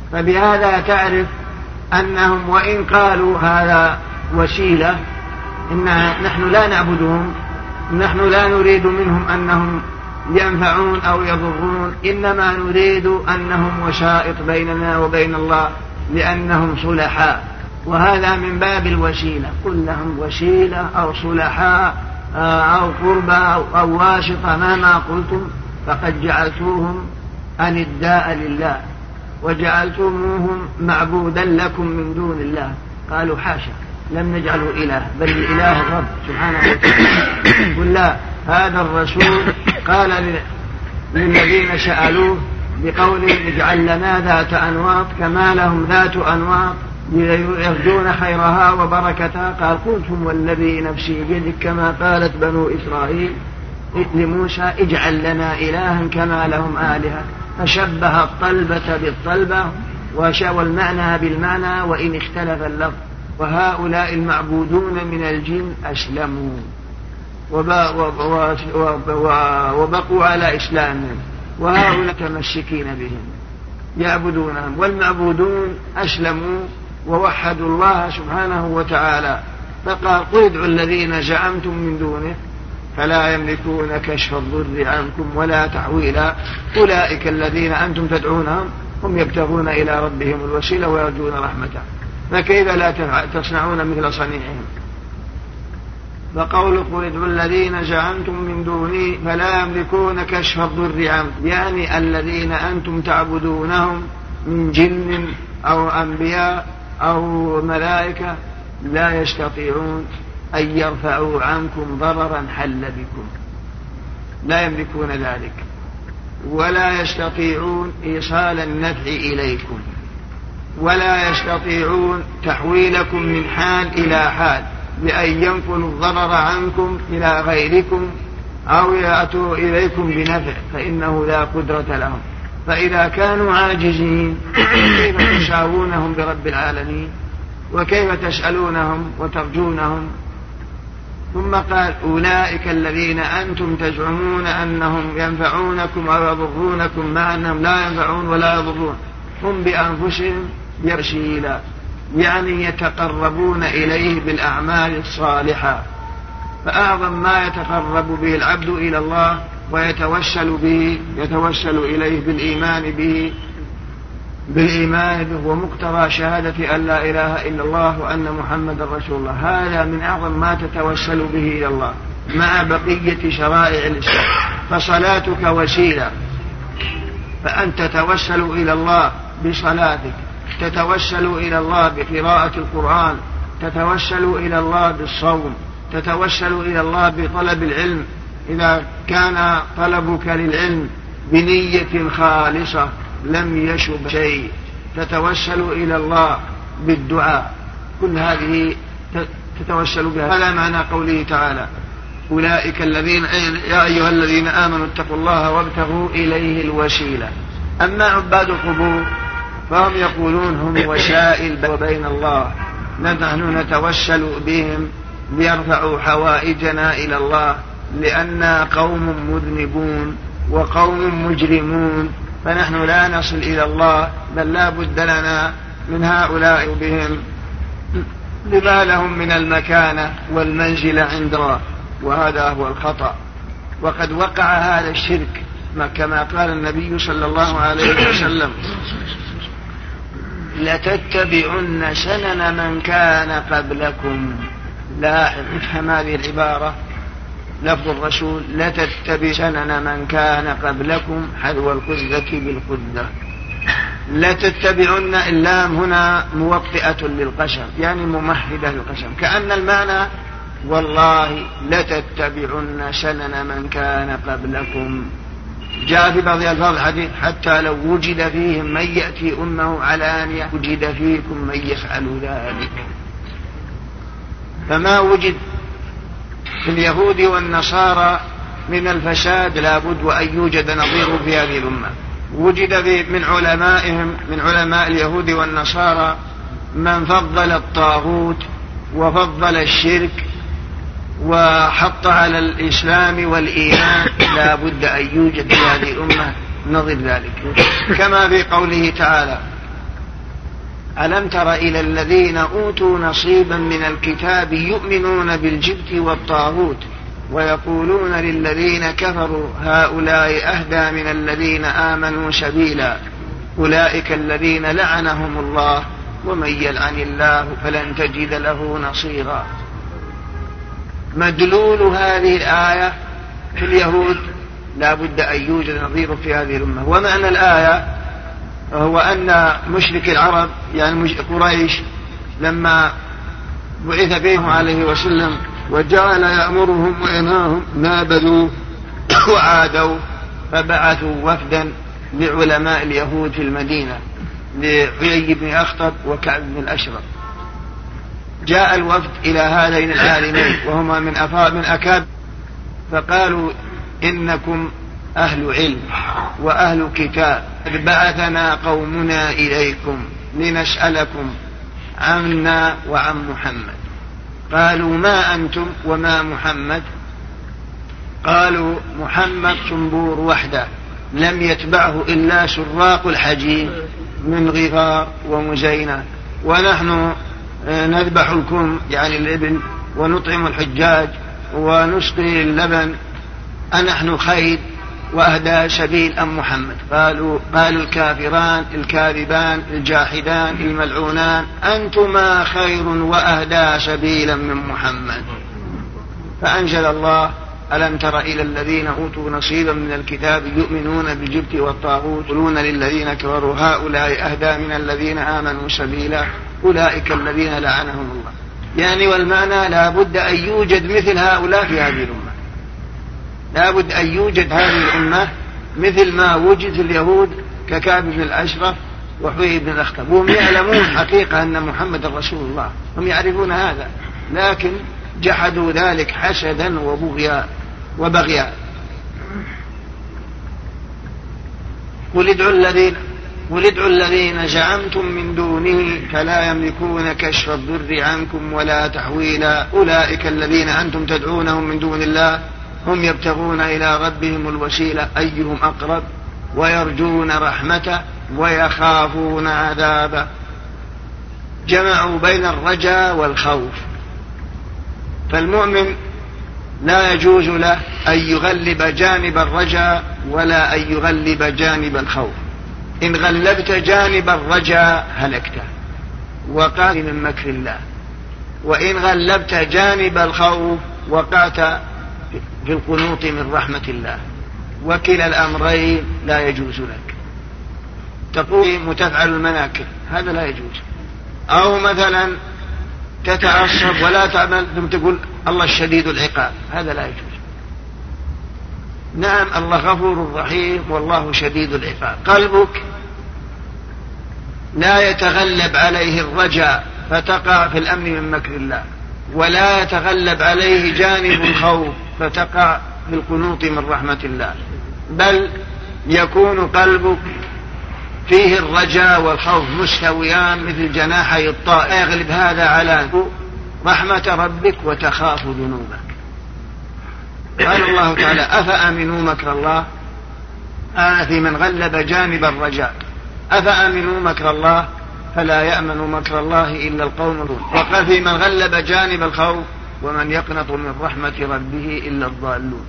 فبهذا تعرف أنهم وإن قالوا هذا وسيلة، إن نحن لا نعبدهم نحن لا نريد منهم أنهم ينفعون أو يضرون، إنما نريد أنهم وسائط بيننا وبين الله لأنهم صلحاء، وهذا من باب الوسيلة. قل لهم وسيلة أو صلحاء أو قربى أو واسطة، مهما قلتم فقد جعلتوهم أنداء لله وجعلتموهم معبودا لكم من دون الله. قالوا حاشا، لم نجعله إله، بل الإله الرب سبحانه وتعالى. قل لا، هذا الرسول قال للذين سألوه بقول اجعل لنا ذات أنواط كما لهم ذات أنواط يرجون خيرها وبركتها. قال قلتم والذي نفسي بيدك كما قالت بنو إسرائيل لموسى اجعل لنا إلها كما لهم آلهة، فشبه الطلبة بالطلبة والمعنى بالمعنى وإن اختلف اللفظ. وهؤلاء المعبودون من الجن أسلموا وبقوا على إسلامهم، وهؤلاء متمسكين بهم يعبدونهم، والمعبودون أسلموا ووحدوا الله سبحانه وتعالى. فقال قل ادعوا الذين زعمتم من دونه فلا يملكون كشف الضر عنكم ولا تحويلا، أولئك الذين أنتم تدعونهم هم يبتغون إلى ربهم الوسيلة ويرجون رحمته، فكيف لا تصنعون مثل صنيعهم. فقول قل ادعوا الذين زعمتم من دوني فلا يملكون كشف الضر عنكم، يعني الذين أنتم تعبدونهم من جن أو أنبياء أو ملائكة لا يستطيعون أن يرفعوا عنكم ضررا حل بكم، لا يملكون ذلك، ولا يستطيعون إيصال النفع إليكم، ولا يستطيعون تحويلكم من حال إلى حال بأن ينقلوا الضرر عنكم إلى غيركم أو يأتوا إليكم بنفع، فإنه لا قدرة لهم. فإذا كانوا عاجزين كيف تساوونهم برب العالمين، وكيف تسألونهم وترجونهم؟ ثم قال أولئك الذين أنتم تزعمون أنهم ينفعونكم أو يضرونكم مع أنهم لا ينفعون ولا يضرون، هم بأنفسهم يرسيلا، يعني يتقربون إليه بالأعمال الصالحة. فأعظم ما يتقرب به العبد إلى الله ويتوسل به يتوسل إليه بالإيمان به ومقتضى شهادة أن لا إله إلا الله وأن محمد رسول الله. هذا من أعظم ما تتوسل به إلى الله مع بقية شرائع الإسلام. فصلاتك وسيلة، فأنت تتوسل إلى الله بصلاتك، تتوسل إلى الله بقراءة القرآن، تتوسل إلى الله بالصوم، تتوسل إلى الله بطلب العلم إذا كان طلبك للعلم بنية خالصة لم يشب شيء، تتوسل إلى الله بالدعاء، كل هذه تتوسل بها. هذا معنى قوله تعالى أولئك الذين يا أيها الذين آمنوا اتقوا الله وابتغوا إليه الوسيلة. أما عباد القبور فهم يقولون هم وسائل بين الله، نحن نتوسل بهم ليرفعوا حوائجنا إلى الله، لأننا قوم مذنبون وقوم مجرمون، فنحن لا نصل إلى الله، بل لا بد لنا من هؤلاء بهم لما لهم من المكانة والمنزلة عند الله، وهذا هو الخطأ. وقد وقع هذا الشرك كما قال النبي صلى الله عليه وسلم لتتبعن سنن من كان قبلكم. لاحظ افهم هذه العبارة، لفظ الرسول لتتبع سنن من كان قبلكم حذو القذة بالقذة. لتتبعن اللام هنا موطئة للقسم، يعني ممهدة للقسم، كأن المعنى والله لتتبعن سنن من كان قبلكم. جاء في بعض ألفاظ الحديث حتى لو وجد فيهم من يأتي أمه علانية وجد فيكم من يفعل ذلك. فما وجد في اليهود والنصارى من الفساد لابد وأن يوجد نظير في هذه الأمة. وجد من علمائهم من علماء اليهود والنصارى من فضل الطاغوت وفضل الشرك وحط على الإسلام والإيمان، لا بد أن يوجد في هذه الأمة نظير ذلك، كما في قوله تعالى ألم تر إلى الذين أوتوا نصيبا من الكتاب يؤمنون بالجبت والطاغوت ويقولون للذين كفروا هؤلاء أهدى من الذين آمنوا سبيلا أولئك الذين لعنهم الله ومن يلعن الله فلن تجد له نصيرا. مدلول هذه الآية في اليهود لا بد أن يوجد نظير في هذه الأمة. ومعنى الآية هو أن مشرك العرب يعني قريش لما بعث بهم عليه وسلم وجعل يأمرهم وينهاهم نابذوا وعادوا، فبعثوا وفدا لعلماء اليهود في المدينة لعيي بن أخطب وكعب بن الأشرف. جاء الوفد إلى هذين العالمين وهما من أكابر، فقالوا إنكم أهل علم وأهل كتاب، بعثنا قومنا إليكم لنسألكم عنا وعن محمد. قالوا ما أنتم وما محمد؟ قالوا محمد صنبور وحده لم يتبعه إلا سراق الحجيج من غفار ومزينة، ونحن نذبح الكم يعني الإبل ونطعم الحجاج ونسقي اللبن، أنحن خير وأهدى سبيل أم محمد؟ قالوا الكافران الكاذبان الجاحدان الملعونان أنتما خير وأهدى سبيلا من محمد. فأنزل الله ألم تر إلى الذين أوتوا نصيبا من الكتاب يؤمنون بالجبت والطاغوت يقولون للذين كفروا هؤلاء أهدى من الذين آمنوا سبيلا أولئك الذين لعنهم الله. يعني والمعنى لا بد أن يوجد مثل هؤلاء في هذه الأمة، لا بد أن يوجد هذه الأمة مثل ما وجد اليهود ككعب بن الأشرف وحوي بن الأخطب، وهم يعلمون حقيقة أن محمد رسول الله، هم يعرفون هذا، لكن جحدوا ذلك حسدا وبغيا. قل ادعوا الذين زعمتم من دونه فلا يملكون كشف الضر عنكم ولا تحويلا أولئك الذين أنتم تدعونهم من دون الله هم يبتغون إلى ربهم الوسيلة أيهم أقرب ويرجون رحمته ويخافون عذابه. جمعوا بين الرجاء والخوف، فالمؤمن لا يجوز له أن يغلب جانب الرجاء ولا أن يغلب جانب الخوف. إن غلبت جانب الرجاء هلكت وقعت من مكر الله، وإن غلبت جانب الخوف وقعت في القنوط من رحمة الله، وكلا الأمرين لا يجوز لك. تقول متفعل المناكب، هذا لا يجوز. أو مثلا تتعصب ولا تعمل ثم تقول الله الشديد العقاب، هذا لا يجوز. نعم الله غفور رحيم والله شديد العقاب. قلبك لا يتغلب عليه الرجاء فتقع في الأمن من مكر الله، ولا يتغلب عليه جانب الخوف فتقع في القنوط من رحمة الله، بل يكون قلبك فيه الرجاء والخوف مستويان مثل جناحي الطائر، يغلب هذا على رحمة ربك وتخاف ذنوبك. قال الله تعالى أفأمنوا مكر الله، في من غلب جانب الرجاء، أفأمنوا مكر الله فلا يأمن مكر الله إلا القوم الظالمون. وقال في من غلب جانب الخوف ومن يقنط من رحمة ربه إلا الضالون.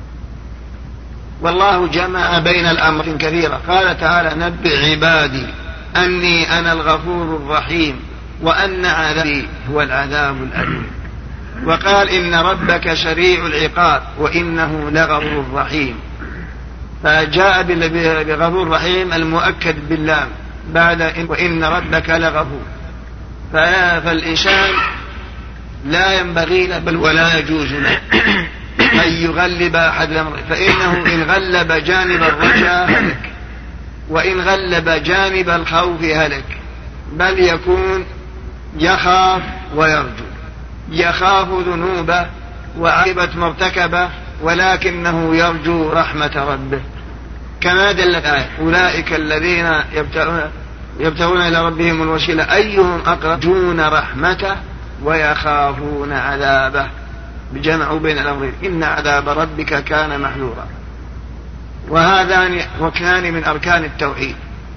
والله جمع بين الأمر كثيرا، قال تعالى نبئ عبادي أني أنا الغفور الرحيم وأن عذابي هو العذاب الأليم. وقال إن ربك سريع العقاب وإنه لغفور رحيم، فجاء بغفور رحيم المؤكد باللام بعد وإن ربك لغفور. فالإنسان لا ينبغي له بل ولا يجوز له أن يغلب أحد الأمر، فإنه إن غلب جانب الرجاء هلك، وإن غلب جانب الخوف هلك، بل يكون يخاف ويرجو، يخاف ذنوبه وعاقبة ما ارتكبه ولكنه يرجو رحمة ربه، كما دلت الآية أولئك الذين يبتغون إلى ربهم الوسيلة أيهم أقرب يرجون رحمته ويخافون عذابه. بجمعوا بين الأمرين إن عذاب ربك كان محذورا. وهذان ركنان من أركان التوحيد.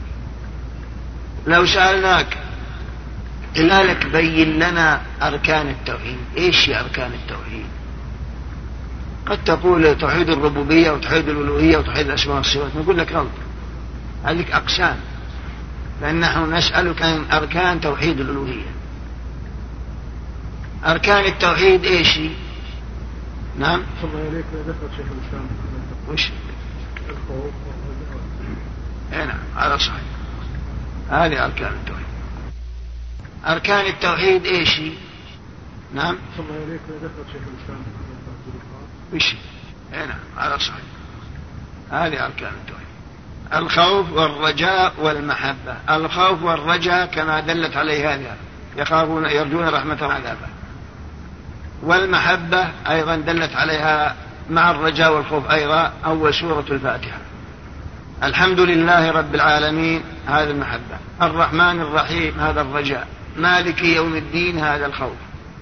لو سألناك إلا لك بين لنا أركان التوحيد، إيش هي أركان التوحيد؟ قد تقول توحيد الربوبية وتوحيد الألوهية وتوحيد الأسماء والصفات، نقول لك غلط، هذه أقسام، فنحن نسألك عن أركان توحيد الألوهية. أركان التوحيد إيش؟ نعم. الله عليك ذكر شيخ الإسلام وش؟ الخوف. نعم هذا صحيح، هذه أركان التوحيد. أركان التوحيد إيش؟ نعم. الله عليك ذكر شيخ الإسلام وش؟ نعم هذا صحيح، هذه أركان التوحيد. الخوف والرجاء والمحبة. الخوف والرجاء كما دلت عليه هذه، يخافون يرجون رحمة وعذابه. والمحبة أيضا دلت عليها مع الرجاء والخوف أيضا أول سورة الفاتحة. الحمد لله رب العالمين هذا المحبة، الرحمن الرحيم هذا الرجاء، مالك يوم الدين هذا الخوف.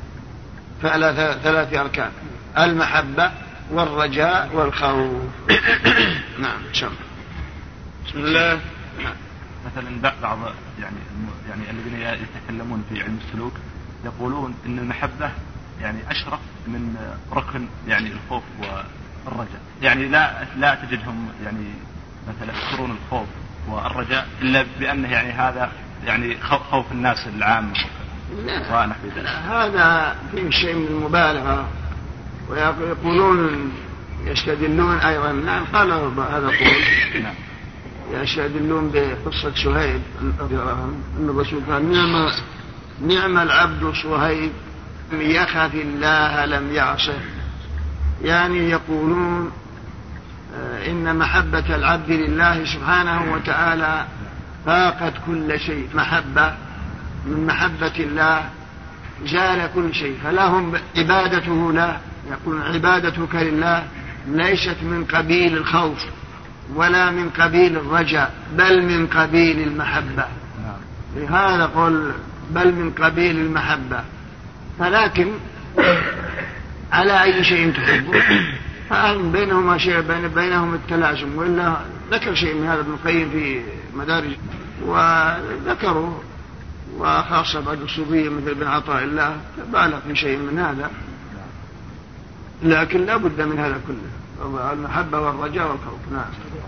ثلاث أركان: المحبة والرجاء والخوف. نعم. بسم الله. مثلا بعض يعني الذين يتكلمون في علم السلوك يقولون ان المحبة يعني اشرف من ركن يعني الخوف والرجاء، يعني لا تجدهم يعني مثلا يذكرون الخوف والرجاء الا بانه يعني هذا يعني خوف الناس العام. لا هذا فيه شيء من المبالغة، ويقولون يستدلون أيضا. نعم قالوا هذا قول. نعم. يستدلون بقصة صهيب رضي الله عنه أن الرسول قال: نعم العبد صهيب يخاف الله لم يعصه. يعني يقولون إن محبة العبد لله سبحانه وتعالى فاقت كل شيء، محبة من محبة الله زال كل شيء، فلهم عبادته له. يقول: عبادتك لله ليست من قبيل الخوف ولا من قبيل الرجاء، بل من قبيل المحبة. لهذا قل بل من قبيل المحبة. فلكن على أي شيء تحبه، فأن بينهما شيء بينهم التلازم. وإلا ذكر شيء من هذا ابن القيم في مدارج، وذكروا وخاصة بعض الصوفية مثل ابن عطاء الله بالغ في شيء من هذا، لكن لا بد من هذا كله، المحبة والرجاء والخوف. نعم.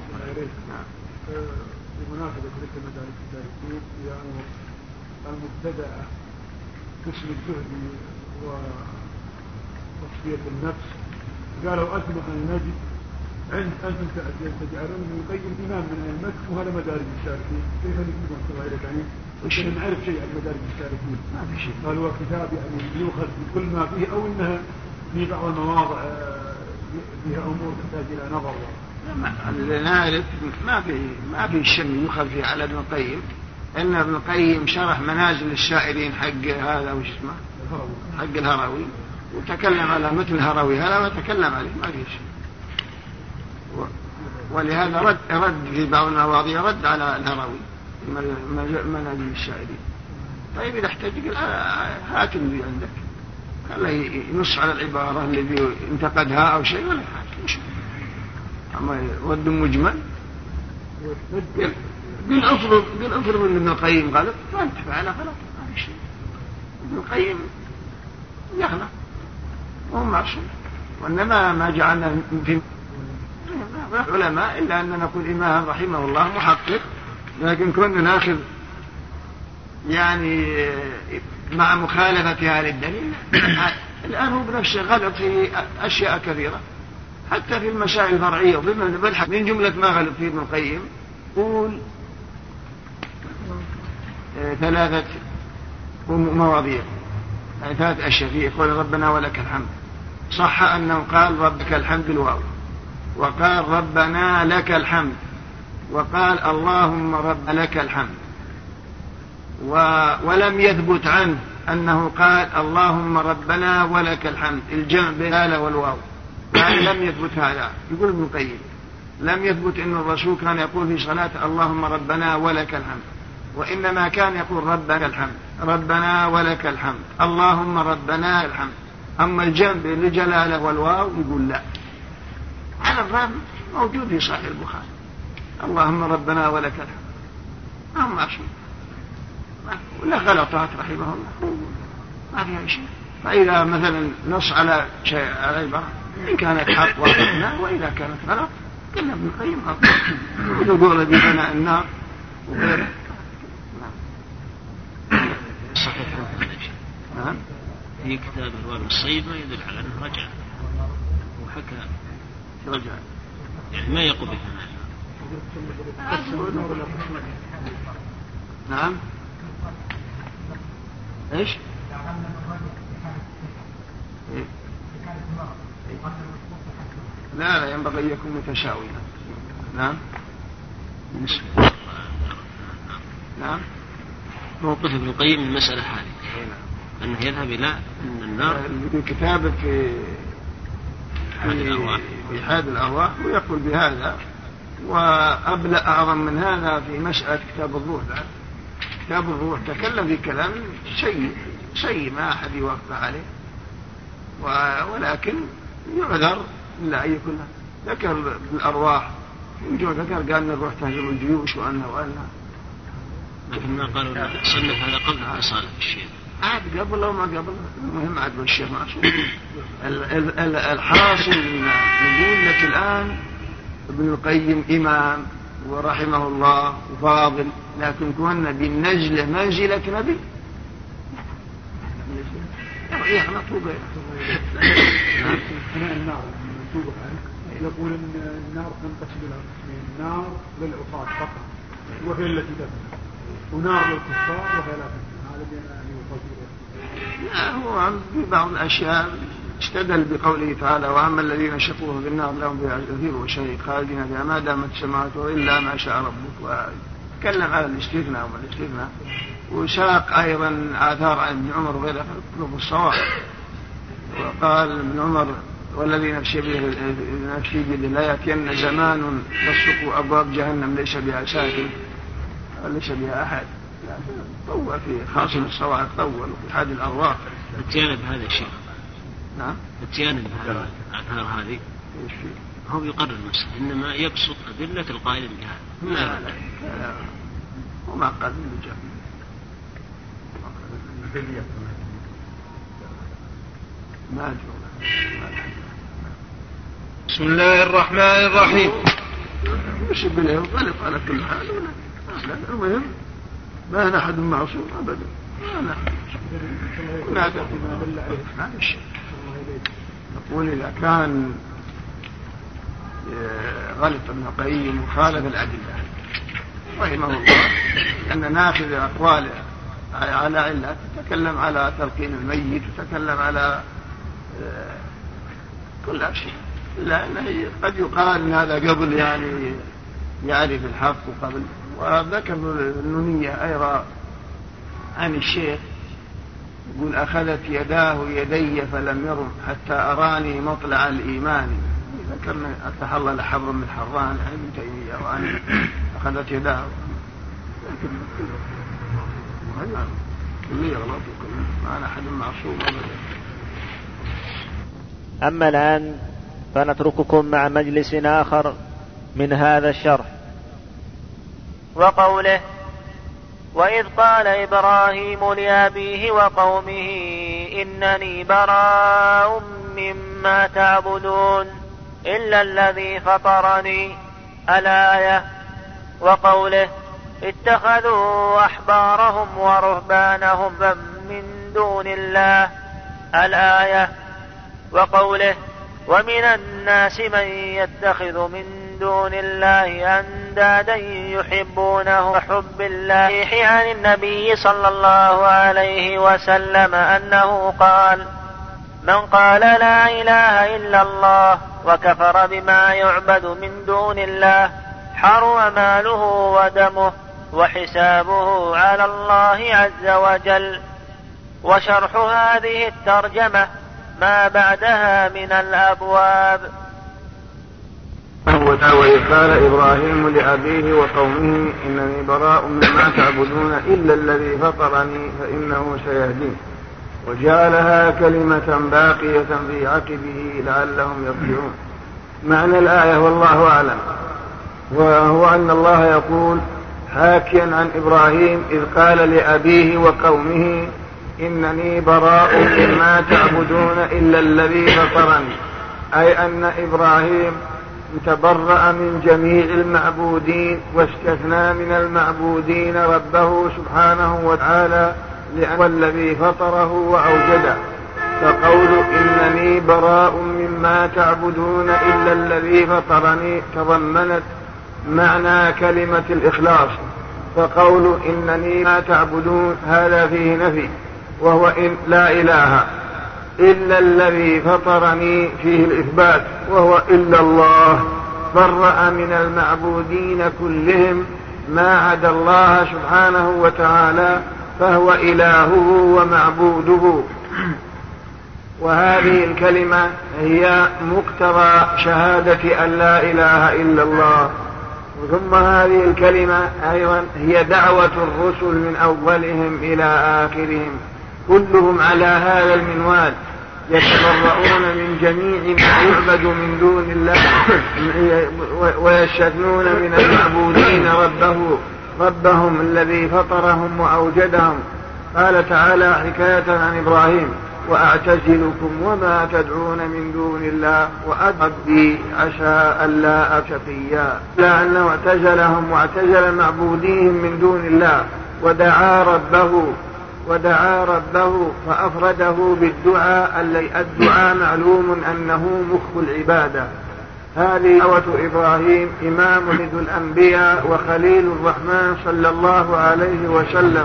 بمناسبة ذكر مدارج السالكين، يعني المبتدأ قسم الزهد وتصفية النفس، قالوا أسمح أن نجد أنتم تجعلون ابن القيم إمام من أئمتكم وهذا مدارج السالكين، كيف نجد الله عليك يعني وش نعرف شيء عن مدارج السالكين؟ ما في شيء. قال هو كتاب يعني يؤخذ بكل ما فيه، أو إنها في بعض المواضع فيها أمور تحتاج إلى نظر. اللي نعرف ما في شيء يؤخذ فيه على ابن القيم، إن ابن القيم شرح منازل السائرين حق هذا وش اسمه حق الهروي، وتكلم على مثل الهروي هذا وتكلم عليه، ما في شيء. ولهذا رد في بعض المواضيع رد على الهروي منازل السائرين. طيب إذا احتاج هات اللي عندك، خليه ينص على العبارة الذي انتقدها أو شيء ولا حاجة. أما رد مجمل قل أفرض من ابن القيم غلط، ما انت فعل غلط، ما في شيء. ابن القيم يغلط وهو معصوم، وإنما ما جعلنا في العلماء إلا أن نقول إمام رحمه الله محقق، لكن كنا ناخذ يعني مع مخالفتها للدليل. الآن هو بنفسه غلط في أشياء كثيرة، حتى في المسائل الفرعية وفي البحث. من جملة ما غلط فيه ابن القيم قول 3 مواضيع، يعني 3 أشياء فيه. يقول ربنا ولك الحمد، صح أنه قال ربك الحمد الواو، وقال ربنا لك الحمد، وقال اللهم رب لك الحمد. ولم يثبت عنه أنه قال اللهم ربنا ولك الحمد، الجمع بين الآل والواو، يعني لم يثبت هذا. يقول ابن القيم لم يثبت أن الرسول كان يقول في صلاة اللهم ربنا ولك الحمد، وإنما كان يقول ربنا الحمد، ربنا ولك الحمد، اللهم ربنا الحمد. أما الجمع بين الجلالة والواو يقول لا. على الرغم موجود في صحيح البخاري اللهم ربنا ولك الحمد، ما شيء ولا غلطات رحمه الله، ما فيها شيء. فإذا مثلا نص على شيء على عبارة إن كانت حق وافقنا، وإذا كانت غلط قلنا ابن القيم وتقول ببناء النار وغيره. صحيح هذا في كتاب الوابل الصيب ما يدل على أنه رجع وحكى رجع، يعني ما يقوم بها. نعم. ايش؟ لا ينبغي أن يكون متشاويا. نعم. نعم. موقف ابن القيم من المسألة هذه أنه يذهب إلى أن النار في كتابه في حاد الأرواح ويقول بهذا، وأبلغ أعظم من هذا في مسألة كتاب الروح. كتاب الروح تكلم في كلام شيء ما أحد يوافق عليه، ولكن يعذر إلا أن يكون ذكر الأرواح ذكر قال أن الروح تهزم الجيوش وأنها لكن ما قالوا صنف هذا قبل اتصاله بالشيخ، عاد قبل أو ما قبل، المهم عاد بالشيخ معصوم. الحاصل نقول لك الآن ابن القيم إمام ورحمه الله وفاضل، لكن كنا بالنجلة منزلة نبي يغلط النار منسوبة يقول أن النار تنقسم إلى قسمين: نار للعصاة فقط وهي التي تبنى، ونار للكفار وهي لا تبنى. هذا بين لا، هو في بعض الأشياء استدل بقوله تعالى: وأما الذين شقوه بالنار لهم فيها زفير وشهيق خالدين فيها ما دامت السماوات إلا ما شاء ربك. وتكلم على الاستثناء وما الاستثناء، وساق أيضا آثار عن ابن عمر وغيره يطلب الصواب. وقال ابن عمر: والذي نفسي بيده لا يأتين زمان تسلك أبواب جهنم ليس بها ساكن وليس بها أحد. طول في خاصم الصواعق، طول في حاد الأرواح. اتيان بهذا الشيء. نعم. اتيان بهذا الآثار هذه هو يقرر المسألة، إنما يبسط أدلة القائل بها. لا وما قال بالجهل. ما بسم الله الرحمن الرحيم. مش بله غلط على كل حال. المهم ما أحد معصوم أبدا. نقول إذا كان غلط ابن القيم وخالف الأدلة رحمه الله، أن ناخذ أقواله على علة، تتكلم على تلقين الميت وتتكلم على كل شيء، إلا أنه قد يقال أن هذا قبل يعني يعرف الحق وقبل. وذكر النونية أيضا عن الشيخ يقول: أخذت يداه يدي فلم يرم حتى أراني مطلع الإيمان. ذكرنا أتحلل حبر من حران عن ابن تيمية، وعن أخذت يداه. كل يغلط ما أنا أحد معصوم أبدا. أما الآن فنترككم مع مجلس آخر من هذا الشرح. وقوله: وإذ قال إبراهيم لأبيه وقومه إنني براء مما تعبدون إلا الذي فطرني الآية. وقوله: اتخذوا أحبارهم ورهبانهم من دون الله الآية. وقوله: ومن الناس من يتخذ من دون الله أندادا يحبونه كحب الله. عن النبي صلى الله عليه وسلم أنه قال: من قال لا إله إلا الله وكفر بما يعبد من دون الله حرم ماله ودمه وحسابه على الله عز وجل. وشرح هذه الترجمة ما بعدها من الأبواب. وإذ قال إبراهيم لأبيه وقومه إنني براء مما تعبدون إلا الذي فطرني فإنه سيهدين، وجعلها كلمة باقية في عقبه لعلهم يرجعون. معنى الآية والله أعلم، وهو أن الله يقول حاكيا عن إبراهيم إذ قال لأبيه وقومه إنني براء مما تعبدون إلا الذي فطرني، أي أن إبراهيم تبرأ من جميع المعبودين واستثنى من المعبودين ربه سبحانه وتعالى لأنه الذي فطره وأوجده. فقول إنني براء مما تعبدون إلا الذي فطرني تضمنت معنى كلمة الإخلاص. فقول إنني ما تعبدون هذا فيه نفي، وهو إن لا إله إلا الذي فطرني فيه الإثبات، وهو إلا الله. برأ من المعبودين كلهم ما عدا الله سبحانه وتعالى، فهو إلهه ومعبوده. وهذه الكلمة هي مقتضى شهادة أن لا إله إلا الله. ثم هذه الكلمة أيضا هي دعوة الرسل من أولهم إلى آخرهم، كلهم على هذا المنوال، يتبرؤون من جميع ما يعبد من دون الله ويستثنون من المعبودين ربهم الذي فطرهم وأوجدهم. قال تعالى حكاية عن إبراهيم: وأعتزلكم وما تدعون من دون الله وأدعي عسى ألا أشقيا. لأنه اعتزلهم واعتزل معبوديهم من دون الله ودعا ربه فأفرده بالدعاء. الدعاء معلوم أنه مخ العبادة. هذه دعوة إبراهيم إمام الأنبياء وخليل الرحمن صلى الله عليه وسلم.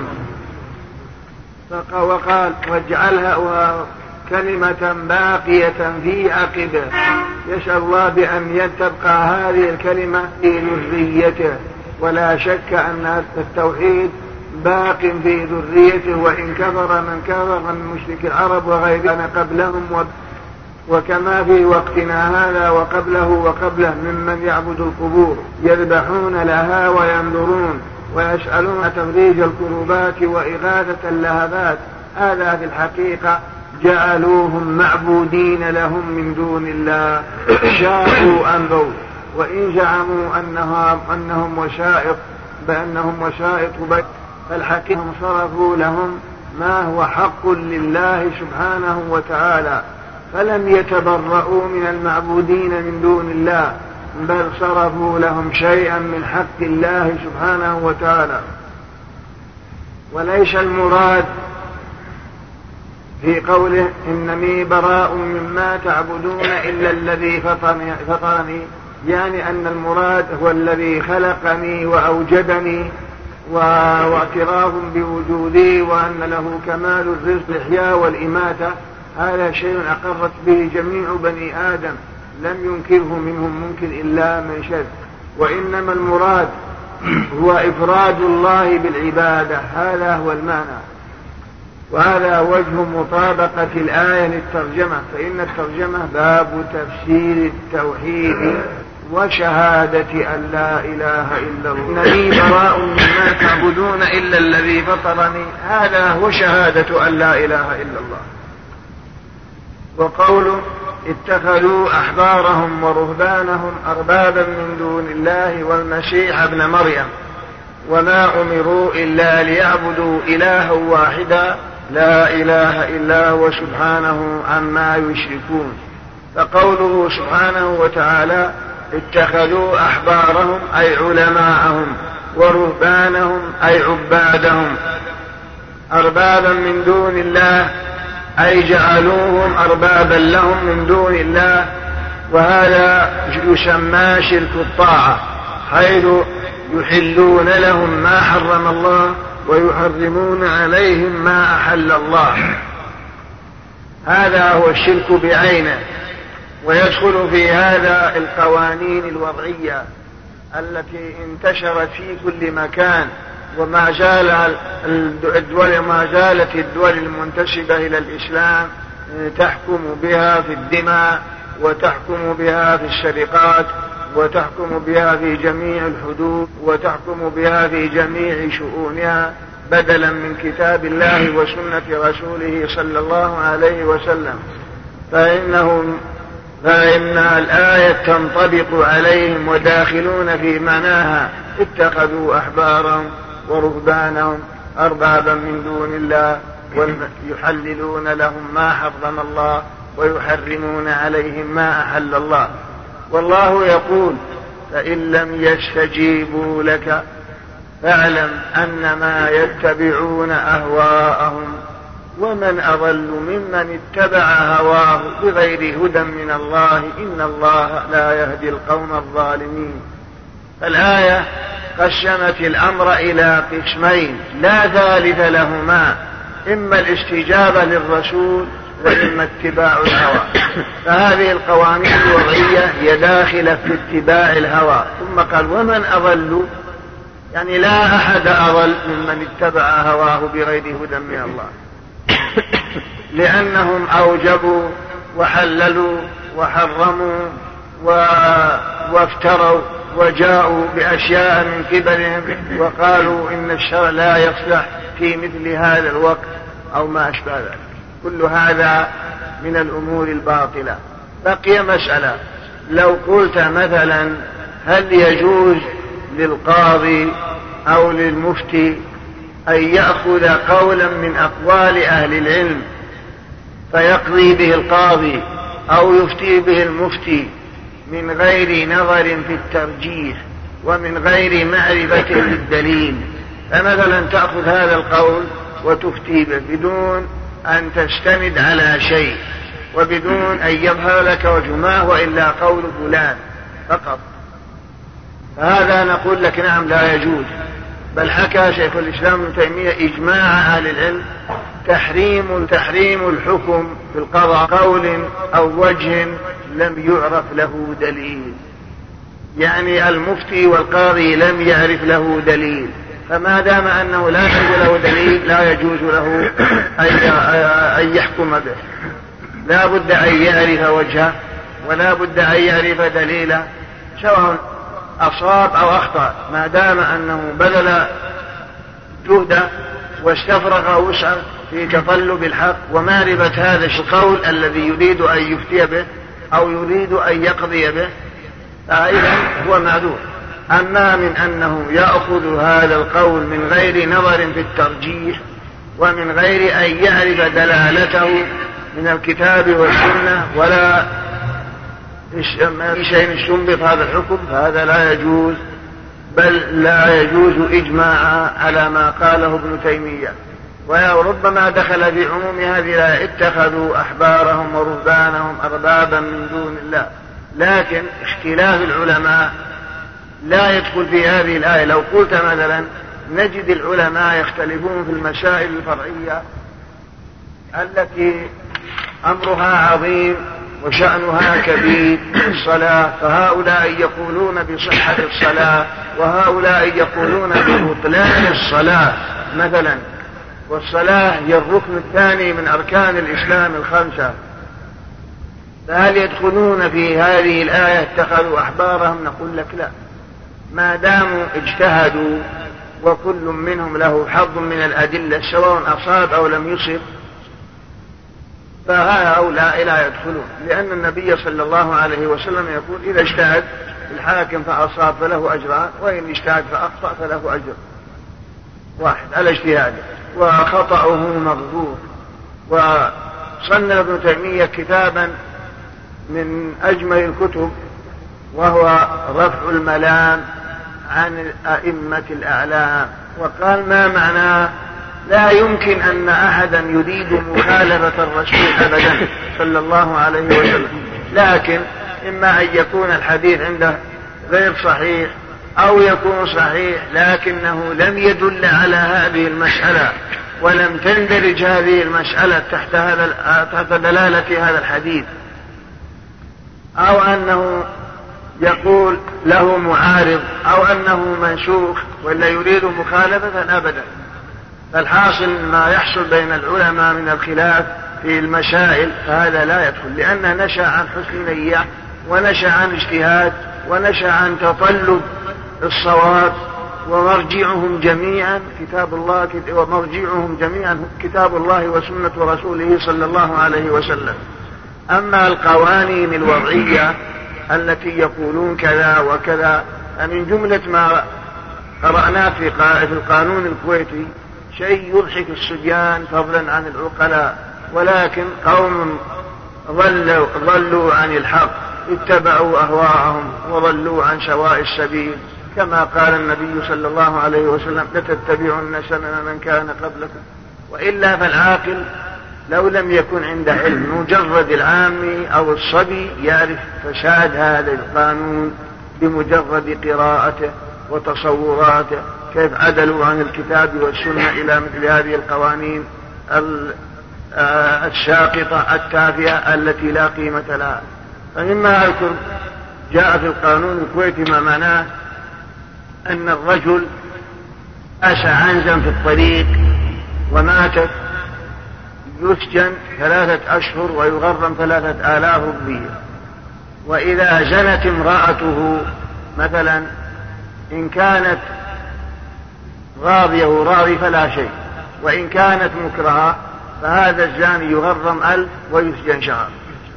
وقال: واجعلها كلمة باقية في عقبه. يسأل الله بأن تبقى هذه الكلمة في ذريته، ولا شك أن التوحيد باق في ذريته، وإن كفر من كفر من مشرك العرب وغيرنا قبلهم، وكما في وقتنا هذا وقبله ممن يعبد القبور يذبحون لها وينذرون ويسألون تفريج الكروبات وإغاثة اللهبات. هذا في الحقيقة جعلوهم معبودين لهم من دون الله، شاءوا أنبوا، وإن زعموا أنهم وسائط فالحقيقة صرفوا لهم ما هو حق لله سبحانه وتعالى، فلم يتبرؤوا من المعبودين من دون الله، بل صرفوا لهم شيئا من حق الله سبحانه وتعالى. وليس المراد في قوله إنني براء مما تعبدون إلا الذي فطرني، يعني أن المراد هو الذي خلقني وأوجدني واعتراف بوجودي وأن له كمال الرزق الإحياء والإماتة. هذا شيء أقرت به جميع بني آدم، لم ينكره منهم منكر إلا من شذ. وإنما المراد هو إفراد الله بالعبادة، هذا هو المعنى. وهذا وجه مطابقة الآية للترجمة، فإن الترجمة باب تفسير التوحيد وشهادة أن لا إله إلا الله. إنني براء مما تعبدون إلا الذي فطرني، هذا هو شهادة أن لا إله إلا الله. وقوله اتخذوا أحبارهم ورهبانهم أربابا من دون الله والمسيح ابن مريم وما أمروا إلا ليعبدوا إلها واحدا لا إله إلا هو سبحانه عما يشركون. فقوله سبحانه وتعالى اتخذوا أحبارهم أي علماءهم ورهبانهم أي عبادهم أربابا من دون الله، أي جعلوهم أربابا لهم من دون الله. وهذا يسمى شرك الطاعة، حيث يحلون لهم ما حرم الله ويحرمون عليهم ما أحل الله. هذا هو الشرك بعينه. ويدخل في هذا القوانين الوضعية التي انتشرت في كل مكان، وما زالت الدول المنتسبة إلى الإسلام تحكم بها في الدماء، وتحكم بها في السرقات، وتحكم بها في جميع الحدود، وتحكم بها في جميع شؤونها بدلا من كتاب الله وسنة رسوله صلى الله عليه وسلم. فإن الآية تنطبق عليهم وداخلون في معناها. اتخذوا أحبارهم ورهبانهم أربابا من دون الله ويحللون لهم ما حرم الله ويحرمون عليهم ما أحل الله. والله يقول: فإن لم يستجيبوا لك فاعلم أنما يتبعون أهواءهم ومن أضل ممن اتبع هواه بغير هدى من الله إن الله لا يهدي القوم الظالمين. الآية قسمت الأمر إلى قسمين لا ثالث لهما: إما الاستجابة للرسول وإما اتباع الهوى. فهذه القوانين الوضعية هي داخلة في اتباع الهوى. ثم قال: ومن أضل، يعني لا أحد أضل ممن اتبع هواه بغير هدى من الله، لأنهم أوجبوا وحللوا وحرموا وافتروا وجاءوا بأشياء من كبرهم وقالوا إن الشرع لا يصلح في مثل هذا الوقت أو ما أشبه ذلك. كل هذا من الأمور الباطلة. بقي مسألة: لو قلت مثلا هل يجوز للقاضي أو للمفتي أن يأخذ قولا من أقوال أهل العلم فيقضي به القاضي أو يفتي به المفتي من غير نظر في الترجيح ومن غير معرفة للدليل؟ فمثلا تأخذ هذا القول وتفتي به بدون أن تستند على شيء وبدون أن يظهر لك وجه ما هو إلا قول فلان فقط، فهذا نقول لك نعم لا يجوز. بل حكى شيخ الإسلام ابن تيمية إجماع أهل العلم تحريم الحكم في القضاء قول أو وجه لم يعرف له دليل، يعني المفتي والقاضي لم يعرف له دليل، فما دام أنه لا يجوز له دليل لا يجوز له أن يحكم به. لا بد أن يعرف وجهه ولا بد أن يعرف دليله، سواء أصاب أو أخطأ، ما دام أنه بذل جهده واستفرغ وسعه في تطلب الحق ومعرفة هذا القول الذي يريد أن يفتي به أو يريد أن يقضي به، فإذا هو معذور. أما من أنه يأخذ هذا القول من غير نظر في الترجيح ومن غير أن يعرف دلالته من الكتاب والسنة ولا شيء استنبط هذا الحكم، فهذا لا يجوز، بل لا يجوز إجماعا على ما قاله ابن تيمية. وربما دخل في عموم هذه الآية: اتخذوا أحبارهم ورهبانهم أربابا من دون الله. لكن اختلاف العلماء لا يدخل في هذه الآية. لو قلت مثلا نجد العلماء يختلفون في المسائل الفرعية التي أمرها عظيم وشأنها كبير، الصلاة، فهؤلاء يقولون بصحة الصلاة وهؤلاء يقولون ببطلان الصلاة مثلا، والصلاة هي الركن الثاني من أركان الإسلام الخمسة، فهل يدخلون في هذه الآية اتخذوا أحبارهم؟ نقول لك لا، ما داموا اجتهدوا وكل منهم له حظ من الأدلة سواء أصاب أو لم يصب، فهؤلاء لا يدخلون، لأن النبي صلى الله عليه وسلم يقول: إذا اجتهد الحاكم فأصاب فله أجران، وإن اجتهد فأخطأ فله أجر واحد على اجتهاده وخطأه مغفور. وصنف ابن تيمية كتابا من أجمل الكتب وهو رفع الملام عن أئمة الأعلام، وقال: ما معناه؟ لا يمكن أن أحدا يريد مخالفة الرسول أبدا صلى الله عليه وسلم، لكن إما أن يكون الحديث عنده غير صحيح أو يكون صحيح لكنه لم يدل على هذه المسألة ولم تندرج هذه المسألة تحت دلالة هذا الحديث، أو أنه يقول له معارض أو أنه منسوخ ولا يريد مخالفة أبدا. فالحاصل ما يحصل بين العلماء من الخلاف في المسائل فهذا لا يدخل، لأنه نشأ عن حسن نية ونشأ عن اجتهاد ونشأ عن تطلب الصواب، ومرجعهم جميعا كتاب الله وسنة رسوله صلى الله عليه وسلم. أما القوانين الوضعية التي يقولون كذا وكذا، من جملة ما قرأناه في القانون الكويتي شيء يضحك الصبيان فضلا عن العقلاء، ولكن قوم ضلوا عن الحق، اتبعوا أهواءهم وضلوا عن سواء السبيل، كما قال النبي صلى الله عليه وسلم لتتبعن سنن من كان قبلكم. وإلا فالعاقل لو لم يكن عنده علم، مجرد العامي أو الصبي يعرف فساد هذا القانون بمجرد قراءته وتصوراته، كيف عدلوا عن الكتاب والسنة إلى مثل هذه القوانين الساقطة التافهة التي لا قيمة لها. فمما أذكر جاء في القانون الكويتي ما معناه أن الرجل أسى عنزا في الطريق وماتت يسجن 3 أشهر ويغرم 3000 روبية. وإذا زنت امرأته مثلا إن كانت راضية راضي فلا شيء، وإن كانت مكرهة فهذا الزاني يغرم 1000 ويسجن شهر.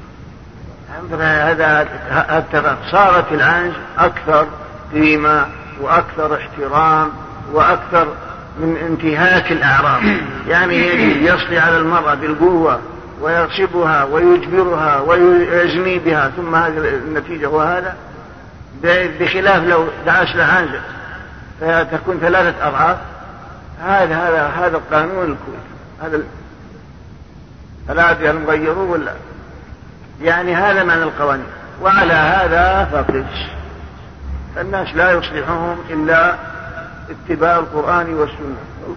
هذا اتفق. صارت العنز أكثر قيمة وأكثر احترام وأكثر من انتهاك الأعراض. يعني يصلي على المرأة بالقوة ويغصبها ويجبرها ويزني بها، ثم هذه النتيجة وهذا بخلاف لو دعاش لعنزة فتكون 3 أضعاف. هذا القانون الكويتي، هذا فلا أدري هل مغيروه ولا. يعني هذا معنى القوانين. وعلى هذا فقس الناس لا يصلحهم إلا اتباع القرآن والسنة.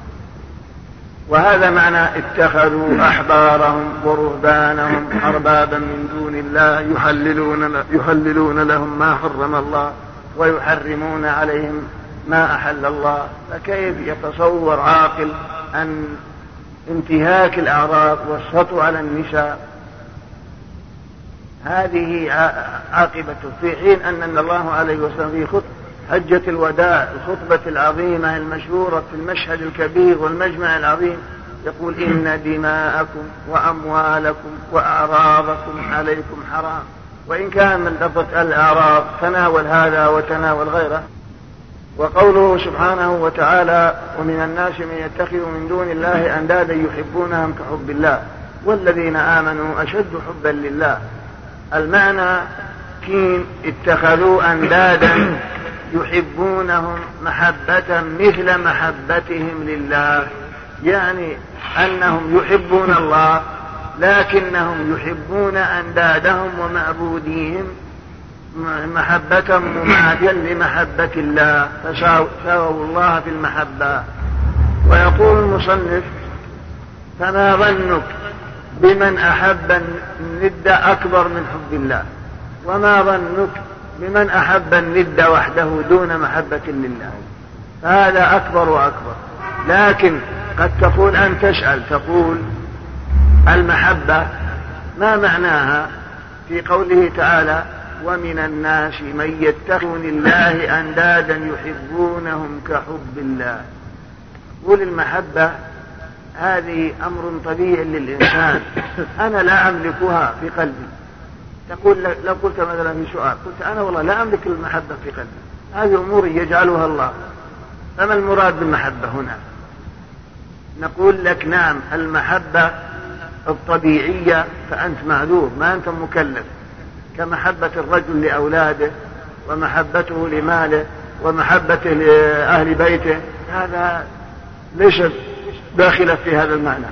وهذا معنى اتخذوا أحبارهم ورهبانهم أربابا من دون الله يحللون لهم ما حرم الله ويحرمون عليهم ما أحل الله. فكيف يتصور عاقل أن انتهاك الأعراض والسطو على النساء هذه عاقبته، في حين أن الله عليه وسلم في حجة الوداع الخطبة العظيمة المشهورة في المشهد الكبير والمجمع العظيم يقول إن دماءكم وأموالكم وأعراضكم عليكم حرام. وإن كان من لفظة الأعراض تناول هذا وتناول غيره. وقوله سبحانه وتعالى ومن الناس من يتخذ من دون الله أندادا يحبونهم كحب الله والذين آمنوا أشد حبا لله. المعنى كين اتخذوا أندادا يحبونهم محبة مثل محبتهم لله، يعني أنهم يحبون الله لكنهم يحبون أندادهم ومعبوديهم محبة مماثلة لمحبة الله، فساووا الله في المحبة. ويقول المصنف فما ظنك بمن أحب الند أكبر من حب الله، وما ظنك بمن أحب الند وحده دون محبة لله، فهذا أكبر وأكبر. لكن قد تقول أن تسأل تقول المحبة ما معناها في قوله تعالى ومن الناس من يتخذ الله أندادا يحبونهم كحب الله. قول المحبة هذه أمر طبيعي للإنسان، أنا لا أملكها في قلبي. تقول لو قلت مثلا في سؤال قلت أنا والله لا أملك المحبة في قلبي، هذه أمور يجعلها الله، فما المراد بالمحبة هنا؟ نقول لك نعم المحبة الطبيعية فأنت معذور، ما أنت مكلف، كمحبة الرجل لأولاده ومحبته لماله ومحبته لأهل بيته، هذا ليس داخل في هذا المعنى.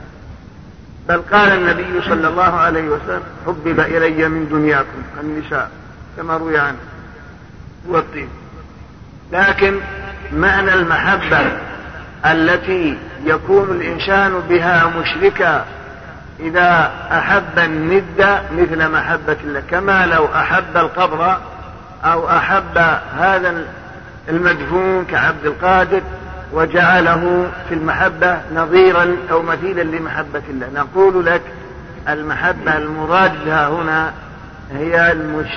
بل قال النبي صلى الله عليه وسلم حبب إلي من دنياكم النساء كما روي عنه والطيب. لكن معنى المحبة التي يكون الإنسان بها مشركا إذا أحب الند مثل محبة الله، كما لو أحب القبر أو أحب هذا المدفون كعبد القادر وجعله في المحبة نظيرا أو مثيلا لمحبة الله. نقول لك المحبة المراد بها هنا هي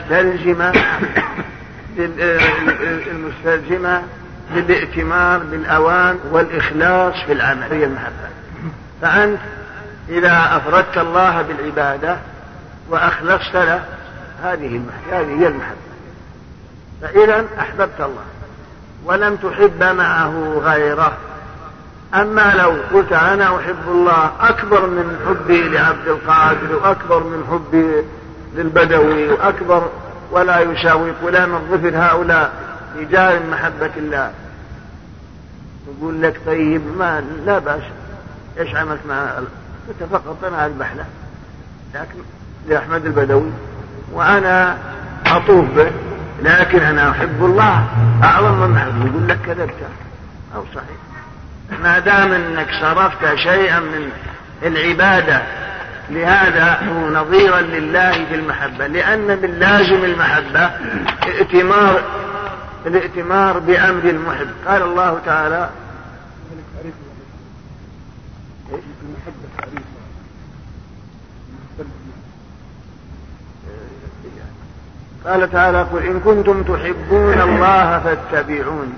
المستلزمة للائتمار بالأوان والإخلاص في العمل، هي المحبة. فأنت إذا أفردت الله بالعبادة وأخلصت له هذه هي المحبة. فإذا أحببت الله ولم تحب معه غيره، أما لو قلت أنا أحب الله أكبر من حبي لعبد القادر وأكبر من حبي للبدوي وأكبر ولا يساوي فلان الظفر، هؤلاء رجال محبة الله، يقول لك طيب ما لا بأس، إيش عملت مع قلت فقط أنا أذبح له لكن لأحمد البدوي وأنا أطوف به، لكن أنا أحب الله أعظم من محبه. يقول لك كذبت أو صحيح، ما دام أنك صرفت شيئا من العبادة لهذا هو نظيرا لله في المحبة، لأن من لازم المحبة الائتمار بأمر المحب. قال الله تعالى قال تعالى قل إن كنتم تحبون الله فاتبعوني،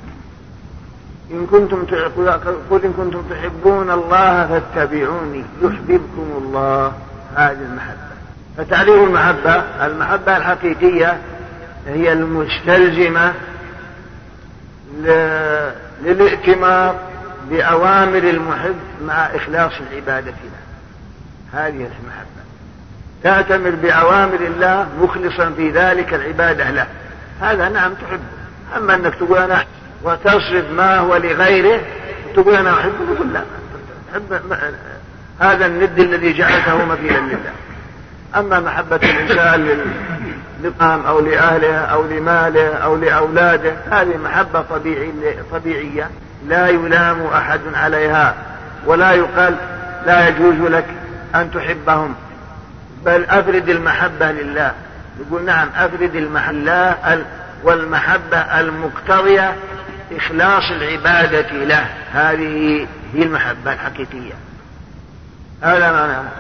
قل إن كنتم تحبون الله فاتبعوني يحببكم الله. هذه المحبة. فتعريف المحبة الحقيقية هي المستلزمة للائتمار بأوامر المحب مع إخلاص العبادة له. هذه المحبة تأتمر بأوامر الله مخلصا في ذلك العبادة له، هذا نعم تحب. أما أنك تقول أنا وتصرف ما هو لغيره تقول أنا أحبه، تقول لا تحب هذا الند الذي جعلته مثيلا لله. أما محبة الإنسان للقام أو لأهله أو لماله أو لأولاده هذه محبة طبيعية لا يلام أحد عليها، ولا يقال لا يجوز لك أن تحبهم، بل أفرد المحبة لله. يقول نعم أفرد المحبة والمحبة المقتضية إخلاص العبادة له، هذه هي المحبة الحقيقية. هذا معناها.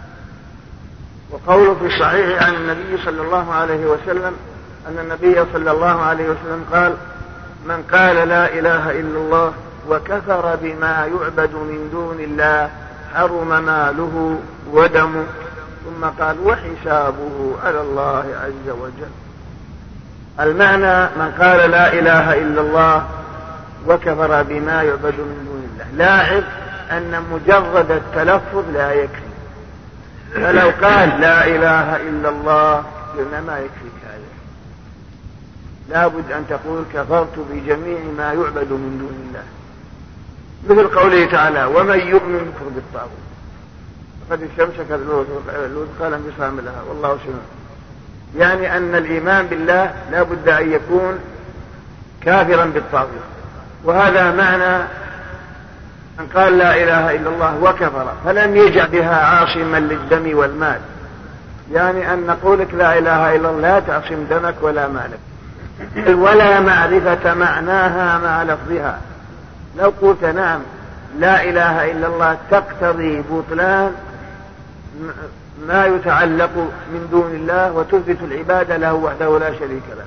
وقوله في الصحيح عن النبي صلى الله عليه وسلم أن النبي صلى الله عليه وسلم قال من قال لا إله إلا الله وكفر بما يعبد من دون الله حرم ماله ودمه، ثم قال وحسابه على الله عز وجل. المعنى من قال لا إله إلا الله وكفر بما يعبد من دون الله. لاحظ أن مجرد التلفظ لا يكفي، فلو قال لا إله إلا الله قلنا ما يكفيك هذا، لابد أن تقول كفرت بجميع ما يعبد من دون الله، مثل قوله تعالى ومن يؤمن يكفر بالطاغوت فقد استمسك بالعروة انفصام لها والله سبحانه. يعني أن الإيمان بالله لابد أن يكون كافرا بالطاغوت، وهذا معنى من قال لا إله إلا الله وكفر فلم يجعل بها عاصما للدم والمال، يعني أن قولك لا إله إلا الله لا تعصم دمك ولا مالك، ولا معرفة معناها مع لفظها. لو قلت نعم لا إله إلا الله تقتضي بطلان ما يتعلق من دون الله وتثبت العبادة له وحده لا شريك له،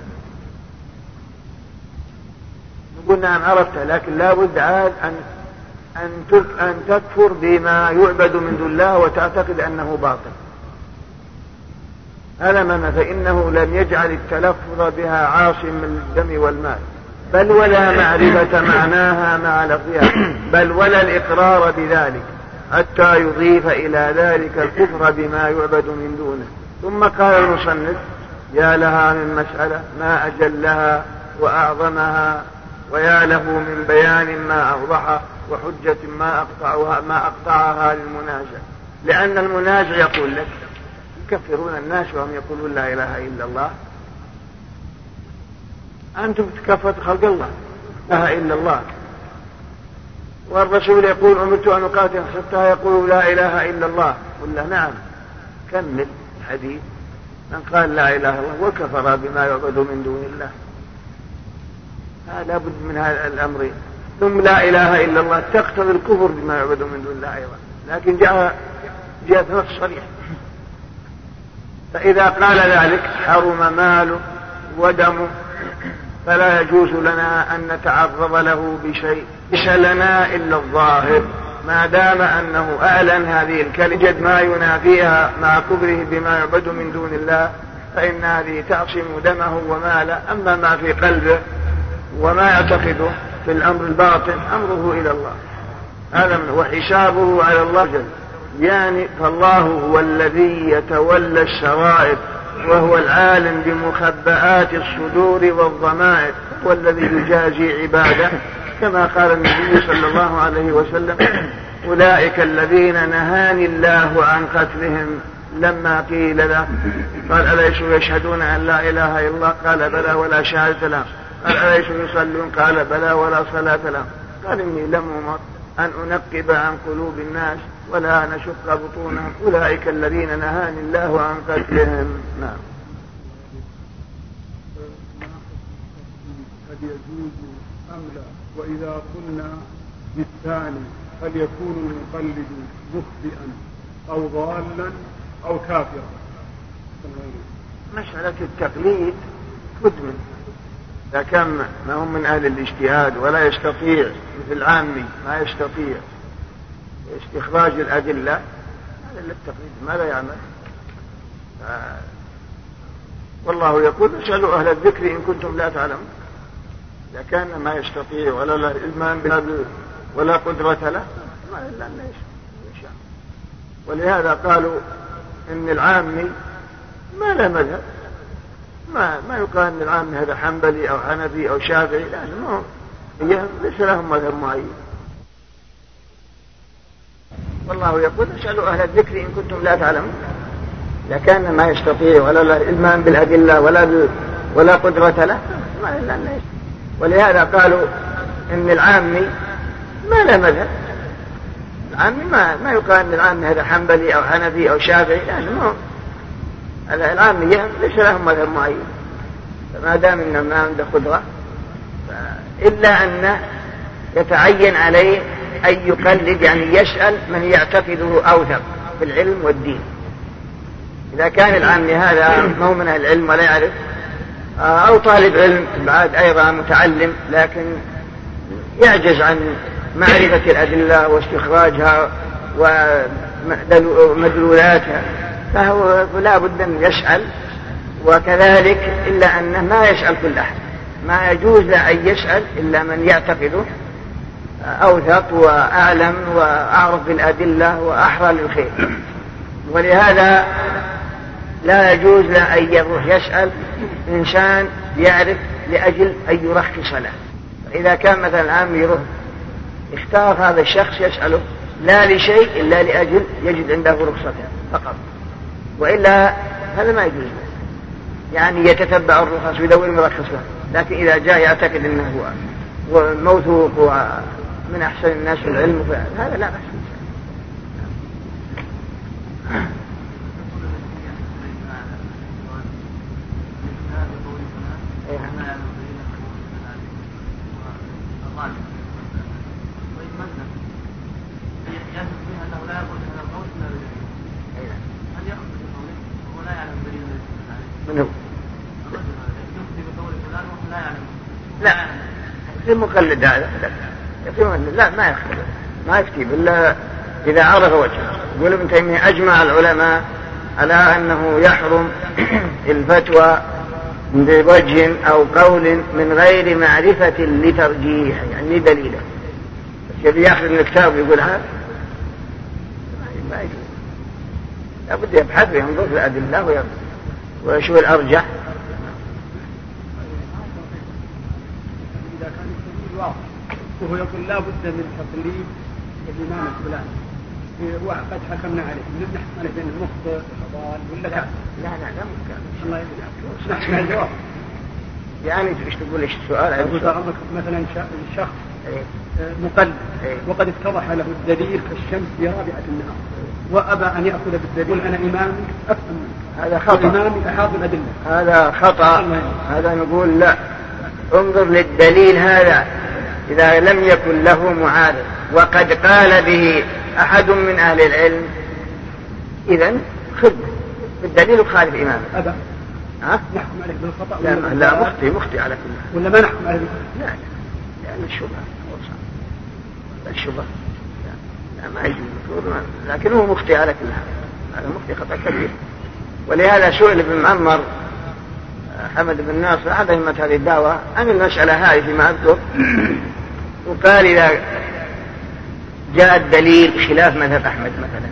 نقول نعم عرفت، لكن لا بد عاد أن تكفر بما يعبد من دون الله وتعتقد أنه باطل. هذا معنى فإنه لم يجعل التلفظ بها عاصما للدم والمال، بل ولا معرفة معناها مع لفظها، بل ولا الإقرار بذلك حتى يضيف إلى ذلك الكفر بما يعبد من دونه. ثم قال المصنف يا لها من مسألة ما أجلها وأعظمها، ويا له من بيان ما أوضحه، وحجة ما أقطعها للمنازع. لأن المنازع يقول لك يكفرون الناس وهم يقولون لا إله إلا الله، أنتم تكفرت خلق الله لا إله إلا الله، والرسول يقول أمرت أن أقاتل حتى يقول لا إله إلا الله. قلنا نعم كمل الحديث. من قال لا إله إلا الله وكفر بما يعبد من دون الله، لا بد من هذا الأمر. ثم لا إله إلا الله تقتضي الكفر بما يعبد من دون الله أيضا، لكن جاءت نص صريح. فإذا قال ذلك حرم ماله ودمه، فلا يجوز لنا أن نتعرض له بشيء، ليس لنا إلا الظاهر، ما دام أنه أعلن هذه الكلمة جد ما ينافيها مع كفره بما يعبد من دون الله، فإن هذه تعصم دمه وماله. أما ما في قلبه وما يعتقده في الأمر الباطن أمره إلى الله. هذا وحسابه على الله جل، يعني فالله هو الذي يتولى السرائر وهو العالم بمخبئات الصدور والضمائر، هو الذي يجازي عباده، كما قال النبي صلى الله عليه وسلم: أولئك الذين نهاني الله عن قتلهم. لما قيل له قال: أليسوا يشهدون أن لا إله إلا الله؟ قال: بلى ولا شهادة لهم. قال: أليسوا يصلون؟ قال: بلى ولا صلاة لهم. قال: إني لم أمر أن أنقب عن قلوب الناس ولا أن أشق بطونهم، أولئك الذين نهاني الله عن قتلهم. نعم. هل يجوز أم لا؟ وإذا قلنا بالثاني هل يكون المقلد مخطئا أو ضالا أو كافرا؟ مسألة التقليد تدمن، إذا كان ما هم من أهل الاجتهاد ولا يستطيع مثل العامي ما يستطيع استخراج الأدلة، هذا التقليد ماذا يعمل؟ والله يقول: اسألوا أهل الذكر إن كنتم لا تعلمون. إذا كان ما يستطيع ولا له علم ولا قدرة له ما إلا أن يشاء. ولهذا قالوا إن العامي ما له مذهب، ما يقال أن العامي هذا حنبلي أو حنفي أو شافعي، لأنه ليس لهم مذهب معين. والله يقول: اسألوا أهل الذكر إن كنتم لا تعلمون. إذا كان ما يستطيع ولا له علم بالأدلة ولا قدرة له ما إلا أن يشاء. ولهذا قالوا إن العامي ما له مذهب، العامي ما يقال أن العامي هذا حنبلي أو حنفي أو شافعي، لأنه العامية ليس لهم مذهب معين، فما دام إنه ما عنده قدرة إلا أن يتعين عليه أن يقلد، يعني يسأل من يعتقده أوثق في العلم والدين. إذا كان العامي هذا ما هو من العلم ولا يعرف، أو طالب علم بعد أيضا متعلم لكن يعجز عن معرفة الأدلة واستخراجها ومدلولاتها، فهو لا بد أن يسأل. وكذلك إلا أنه ما يسأل كل أحد، ما يجوز له أن يسأل إلا من يعتقده أوثق وأعلم وأعرف بالأدلة وأحرى للخير. ولهذا لا يجوز له أن يروح يسأل إنسان يعرف لأجل أن يرخص له. إذا كان مثلا العام يروح اختار هذا الشخص يسأله لا لشيء إلا لأجل يجد عنده رخصته فقط، وإلا هذا ما يجوز، يعني يتتبع الرخص ويدور مرخص له. لكن إذا جاء يعتقد أنه هو موثوق ومن أحسن الناس في العلم هذا لا بأس. لا يصير مقلد، هذا لا ما يختلف، ما يفتي إلا إذا عرف وجهه. يقول ابن تيمية: أجمع العلماء على أنه يحرم الفتوى بوجه أو قول من غير معرفة لترجيح، يعني دليله. يبي يأخذ من الكتاب ويقول هذا ما يجوز، لابد يبحث وينظر في الأدلة ويشوف الأرجح. إذا كان الدليل واضح وهو يقول لا بد من تقليد الإمام الفلاني وقد حكمنا عليه، نحكم عليه بين المخطئ والضال ولا لا؟ لا ممكن. الله يجزاك. نحكم على الجواب. يعني ايش تقول؟ ايش السؤال؟ أقول مثلا شخص مقلد وقد اتضح له الدليل كالشمس في رابعة النهار وأبى أن يأخذ بالدليل: أنا إمام أفهم، هذا خطأ، إمام أحاط الأدلة، هذا خطأ. هذا نقول لا، انظر للدليل هذا إذا لم يكن له معارض وقد قال به أحد من أهل العلم، إذن خذ بالدليل وخالف إمامه. أبى نحكم عليه بالخطأ؟ لا مخطئ على كل، ولا ما نحكم عليه؟ لا لأن الشبهة لا ما يجوز، لكن هو مخطئ على كل حال، هذا مخطئ خطأ كبير. ولهذا سئل ابن معمر حمد بن ناصر أحد أئمة هذه الدعوة عن المسألة هذه فيما أذكر، وقال: إذا جاء الدليل خلاف مذهب أحمد مثلا،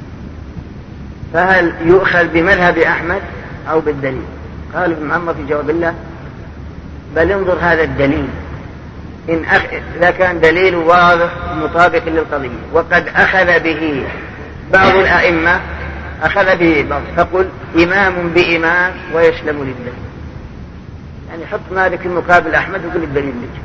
فهل يؤخذ بمذهب أحمد أو بالدليل؟ قال ابن عمر في جواب الله: بل انظر هذا الدليل، إذا كان دليل واضح مطابق للقضية وقد أخذ به بعض الأئمة أخذ به بعض، فقل إمام بإمام ويسلم للدليل. يعني حط مالك المقابل أحمد وقل الدليل لك،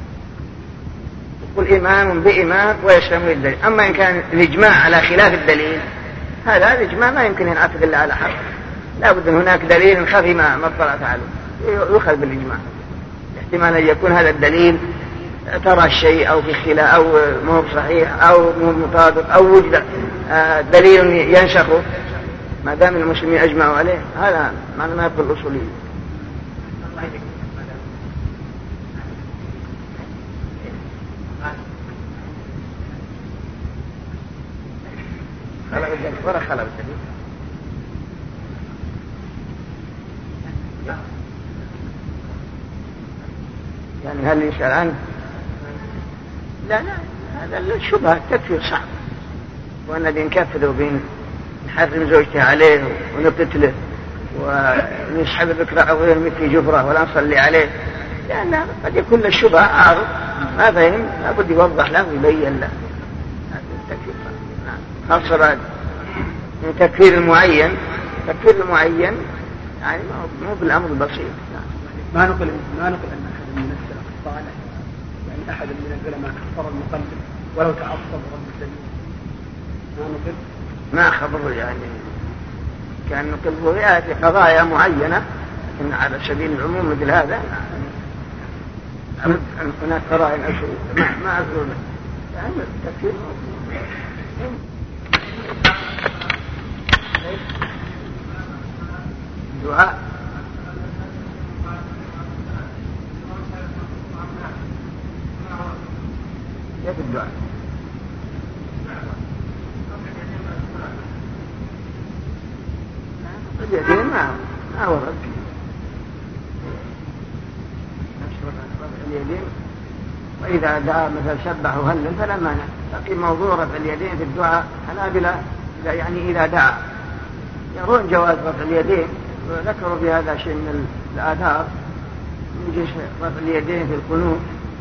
قل إمام بإمام ويسلم للدليل. أما إن كان الإجماع على خلاف الدليل، هذا الإجماع ما يمكن أن ينعطف إلا على حق، لا بد هناك دليل خفي ما اطلعت عليه يؤخذ بالإجماع. احتمال أن يكون هذا الدليل ترى الشيء أو في خلاف أو مو صحيح أو مو مطابق أو وجد دليل ينشخه، ما دام المسلمين أجمعوا عليه، هذا معنى ما يقول الأصولي. ولا خلف الدليل. يعني هل يسأل عنه؟ لا هذا الشبهة تكفير صعب، وأن الذي نكفر وبين نحرم زوجته عليه ونقتله ونسحب بكرة ونرمي في جبرة ولا نصلي عليه، لأن قد يكون الشبهة عارض ما فهم، لابد يوضح له ويبين له. التكفير خاصة بعد من تكفير المعين، تكفير المعين يعني مو بالأمر البسيط. ما نقل أن أحد من السلف الصالح يعني أحد من العلماء كفر المقلد ولو تعصب رب الدليل، ما نقل، ما خبر يعني كان نقل رؤية قضايا معينة، لكن على سبيل العموم مثل هذا هناك قرائن ما أذكر يعني التكفير. دعاء كيف الدعاء؟ اليدين ما ورد اليدين، وإذا دعا مثل شبه وهلل فلا مانع، لكن موضوع رفع اليدين في الدعاء حنابلة يعني إذا دعا يرون جواز رفع اليدين، وذكروا في هذا شيء من الآثار من رفع اليدين في القنوت،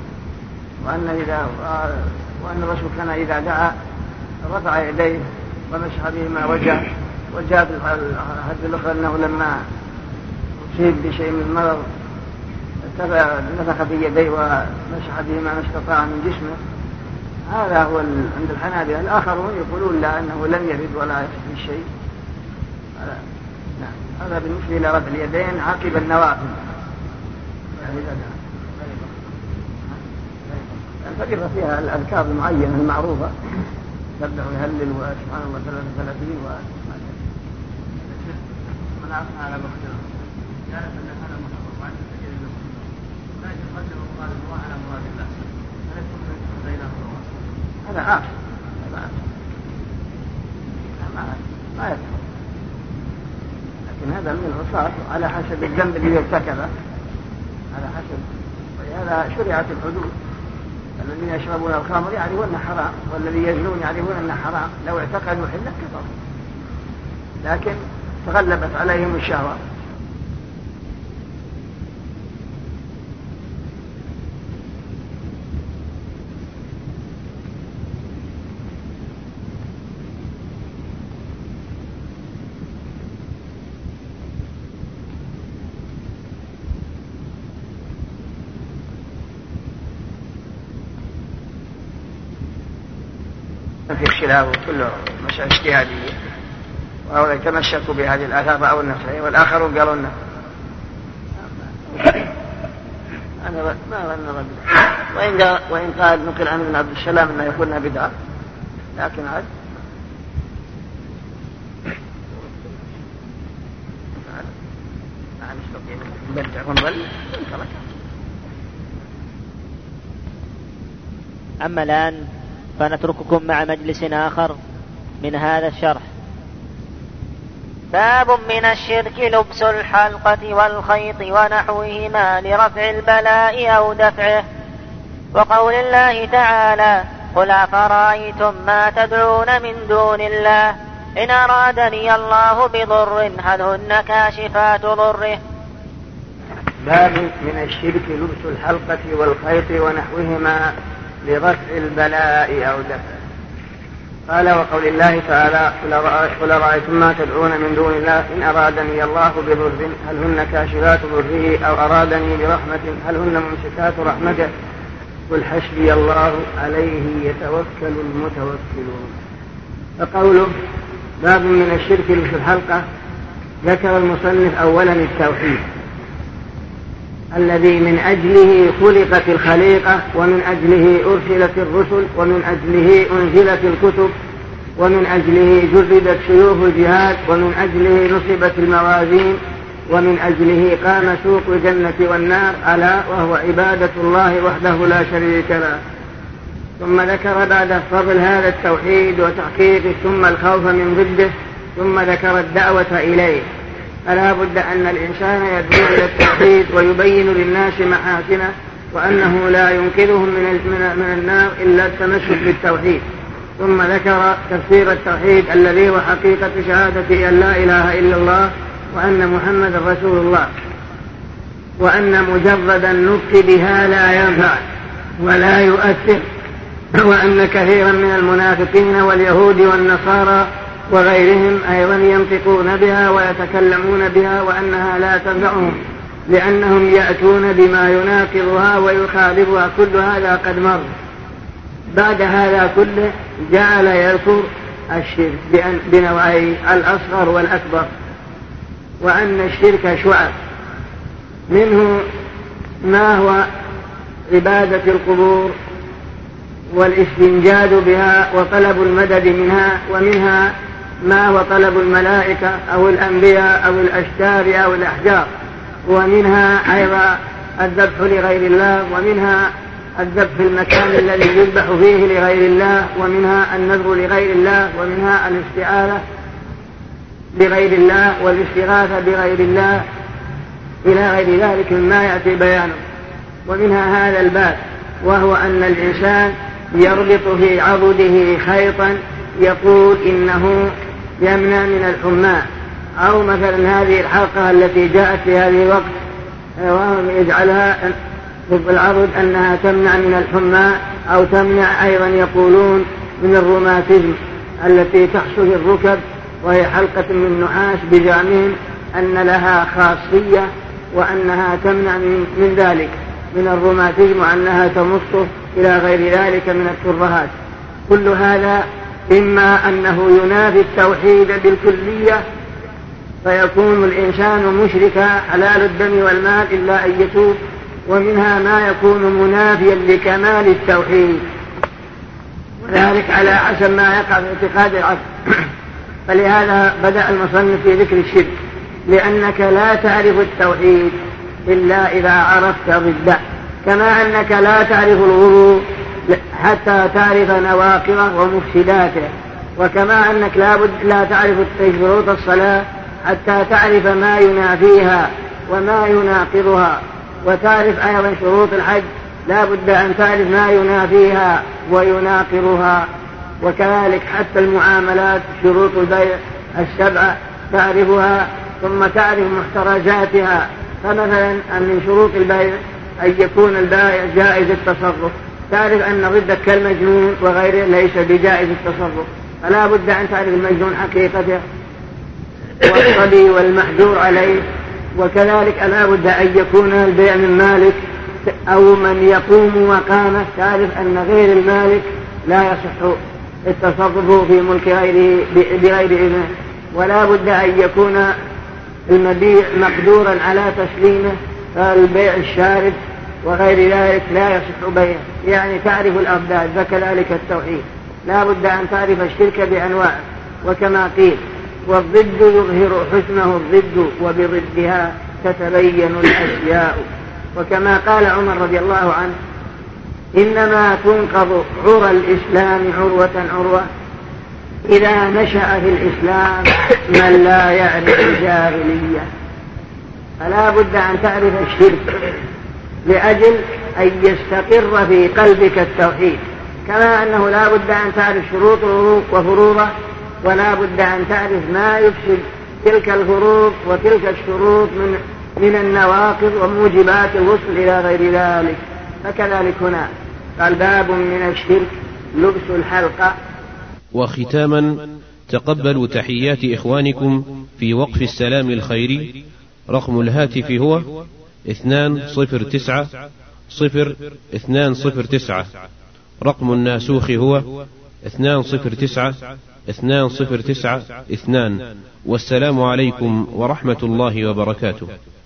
وأن الرسول كان إذا دعا رفع يديه ومسح بهما وجهه. وجاء في الحديث الأخرى أنه لما أصيب بشيء من المرض نفخ في يديه ومسح بهما ما استطاع من جسمه. هذا هو عند الحنابلة. الآخرون يقولون لا، أنه لم يرد ولا يحدث شيء. هذا بالنسبة إلى رفع اليدين عقب النوافل. الفقرة فيها الأذكار المعينة المعروفة، سبح ويهلل وسبحان الله 33 من عرفنا على مختلف يعرف أن هذا محرم وعن السجل له، لا يقدم مراد الله على مراد الله، فلا يكون بينه هذا عاقل، ما يكفر. لكن هذا من العصاة على حسب الذنب الذي ارتكبه، على حسب. ولهذا شرعت الحدود. الذين يشربون الخمر يعرفون حرام، والذي يزنون يعرفون أنه حرام، لو اعتقدوا حلا كفروا، لكن تغلبت عليهم الشهوة. في خلاف كله مسألة اجتهادية، وهؤلاء يتمسكوا بهذه الآثار أو النصرية، والآخرون قالوا لنا أنا ما نرى بدعة، وإن قال نقل عن ابن عبد السلام أنه يقولنا بدعة، لكن عاد ما نستطيع نبدع ونظل. أما الآن فنترككم مع مجلس آخر من هذا الشرح. باب من الشرك لبس الحلقة والخيط ونحوهما لرفع البلاء أو دفعه. وقول الله تعالى: قل أفرأيتم ما تدعون من دون الله إن أرادني الله بضر هل هن كاشفات ضره. باب من الشرك لبس الحلقة والخيط ونحوهما لرفع البلاء أو دفعه. قال وقول الله تعالى قل أرأيتم ما تدعون من دون الله إن أرادني الله بضر هل هن كاشفات ضره أو أرادني برحمة هل هن ممسكات رحمته قل حسبي الله عليه يتوكل المتوكلون. فقوله باب من الشرك لبس الحلقة ذكر المصنف أولا التوحيد الذي من أجله خلقت الخليقة ومن أجله أرسلت الرسل ومن أجله أنزلت الكتب ومن أجله جردت سيوف الجهاد ومن أجله نصبت الموازين ومن أجله قام سوق الجنة والنار ألا وهو عبادة الله وحده لا شريك له. ثم ذكر بعد فضل هذا التوحيد وتحقيقه ثم الخوف من ضده ثم ذكر الدعوة إليه. فلا بد أن الإنسان يدعو إلى التوحيد ويبين للناس محاسنه وأنه لا ينقذهم من النار إلا التمسك بالتوحيد. ثم ذكر تفسير التوحيد الذي هو حقيقة شهادة أن لا إله إلا الله وأن محمد رسول الله وأن مجرد النطق بها لا ينفع ولا يؤثر وأن كثيرا من المنافقين واليهود والنصارى وغيرهم أيضا ينطقون بها ويتكلمون بها وأنها لا تنفعهم لأنهم يأتون بما يناقضها ويخالفها. كل هذا قد مر. بعد هذا كله جعل يذكر الشرك بنوعين الأصغر والأكبر وأن الشرك شعب منه ما هو عبادة القبور والاستنجاد بها وطلب المدد منها ومنها ما هو طلب الملائكة أو الأنبياء أو الأشجار أو الأحجار ومنها أيضا الذبح لغير الله ومنها الذبح في المكان الذي يذبح فيه لغير الله ومنها النذر لغير الله ومنها الاستعاذة بغير الله والاستغاثة بغير الله إلى غير ذلك مما يأتي بيانه. ومنها هذا الباب وهو أن الإنسان يربط في عضده خيطا يقول إنه يمنع من الحمى أو مثلا هذه الحلقة التي جاءت في هذه الوقت ويجعلها في العضد أنها تمنع من الحمى أو تمنع أيضا يقولون من الروماتيزم التي تحصل الركب وهي حلقة من نحاس بزعمهم أن لها خاصية وأنها تمنع من ذلك من الروماتيزم وأنها تمص إلى غير ذلك من الترهات. كل هذا إما أنه ينافي التوحيد بالكلية فيكون الإنسان مشركا حلال الدم والمال إلا أن يتوب ومنها ما يكون منافيا لكمال التوحيد وذلك على حسب ما يقع في اعتقاد العبد. فلهذا بدأ المصنف في ذكر الشرك لأنك لا تعرف التوحيد إلا إذا عرفت ضده كما أنك لا تعرف الوضوء حتى تعرف نواقضه ومفسداته وكما أنك لا تعرف شروط الصلاة حتى تعرف ما ينافيها وما يناقضها وتعرف أيضا شروط الحج لا بد أن تعرف ما ينافيها ويناقضها وكذلك حتى المعاملات شروط البيع السبعة تعرفها ثم تعرف محترزاتها. فمثلا أن من شروط البيع أن يكون البائع جائز التصرف تعرف أن ضدك كالمجنون وغيره ليس بجائز التصرف فلا بد أن تعرف المجنون حقيقته والصبي والمحجور عليه وكذلك لا بد أن يكون البيع من مالك أو من يقوم مقامه تعرف أن غير المالك لا يصح التصرف في ملك غيره بغير إذنه ولا بد أن يكون المبيع مقدورا على تسليمه فالبيع الشارد وغير ذلك لا يصح بيعه يعني تعرف الأضداد. فكذلك التوحيد لا بد أن تعرف الشرك بأنواعه وكما قيل والضد يظهر حسنه الضد وبضدها تتبين الأشياء. وكما قال عمر رضي الله عنه إنما تنقض عرى الإسلام عروة عروة إذا نشأ في الإسلام من لا يعرف الجاهلية. فلا بد أن تعرف الشرك لأجل أن يستقر في قلبك التوحيد كما أنه لا بد أن تعرف شروطه وفروضه، ولا بد أن تعرف ما يفسد تلك الفروض وتلك الشروط من النواقض وموجبات الوصول إلى غير ذلك. فكذلك هنا قال باب من الشرك لبس الحلقة. وختاما تقبلوا تحيات إخوانكم في وقف السلام الخيري. رقم الهاتف هو 20900209. رقم الناسوخ هو 209209 2. والسلام عليكم ورحمة الله وبركاته.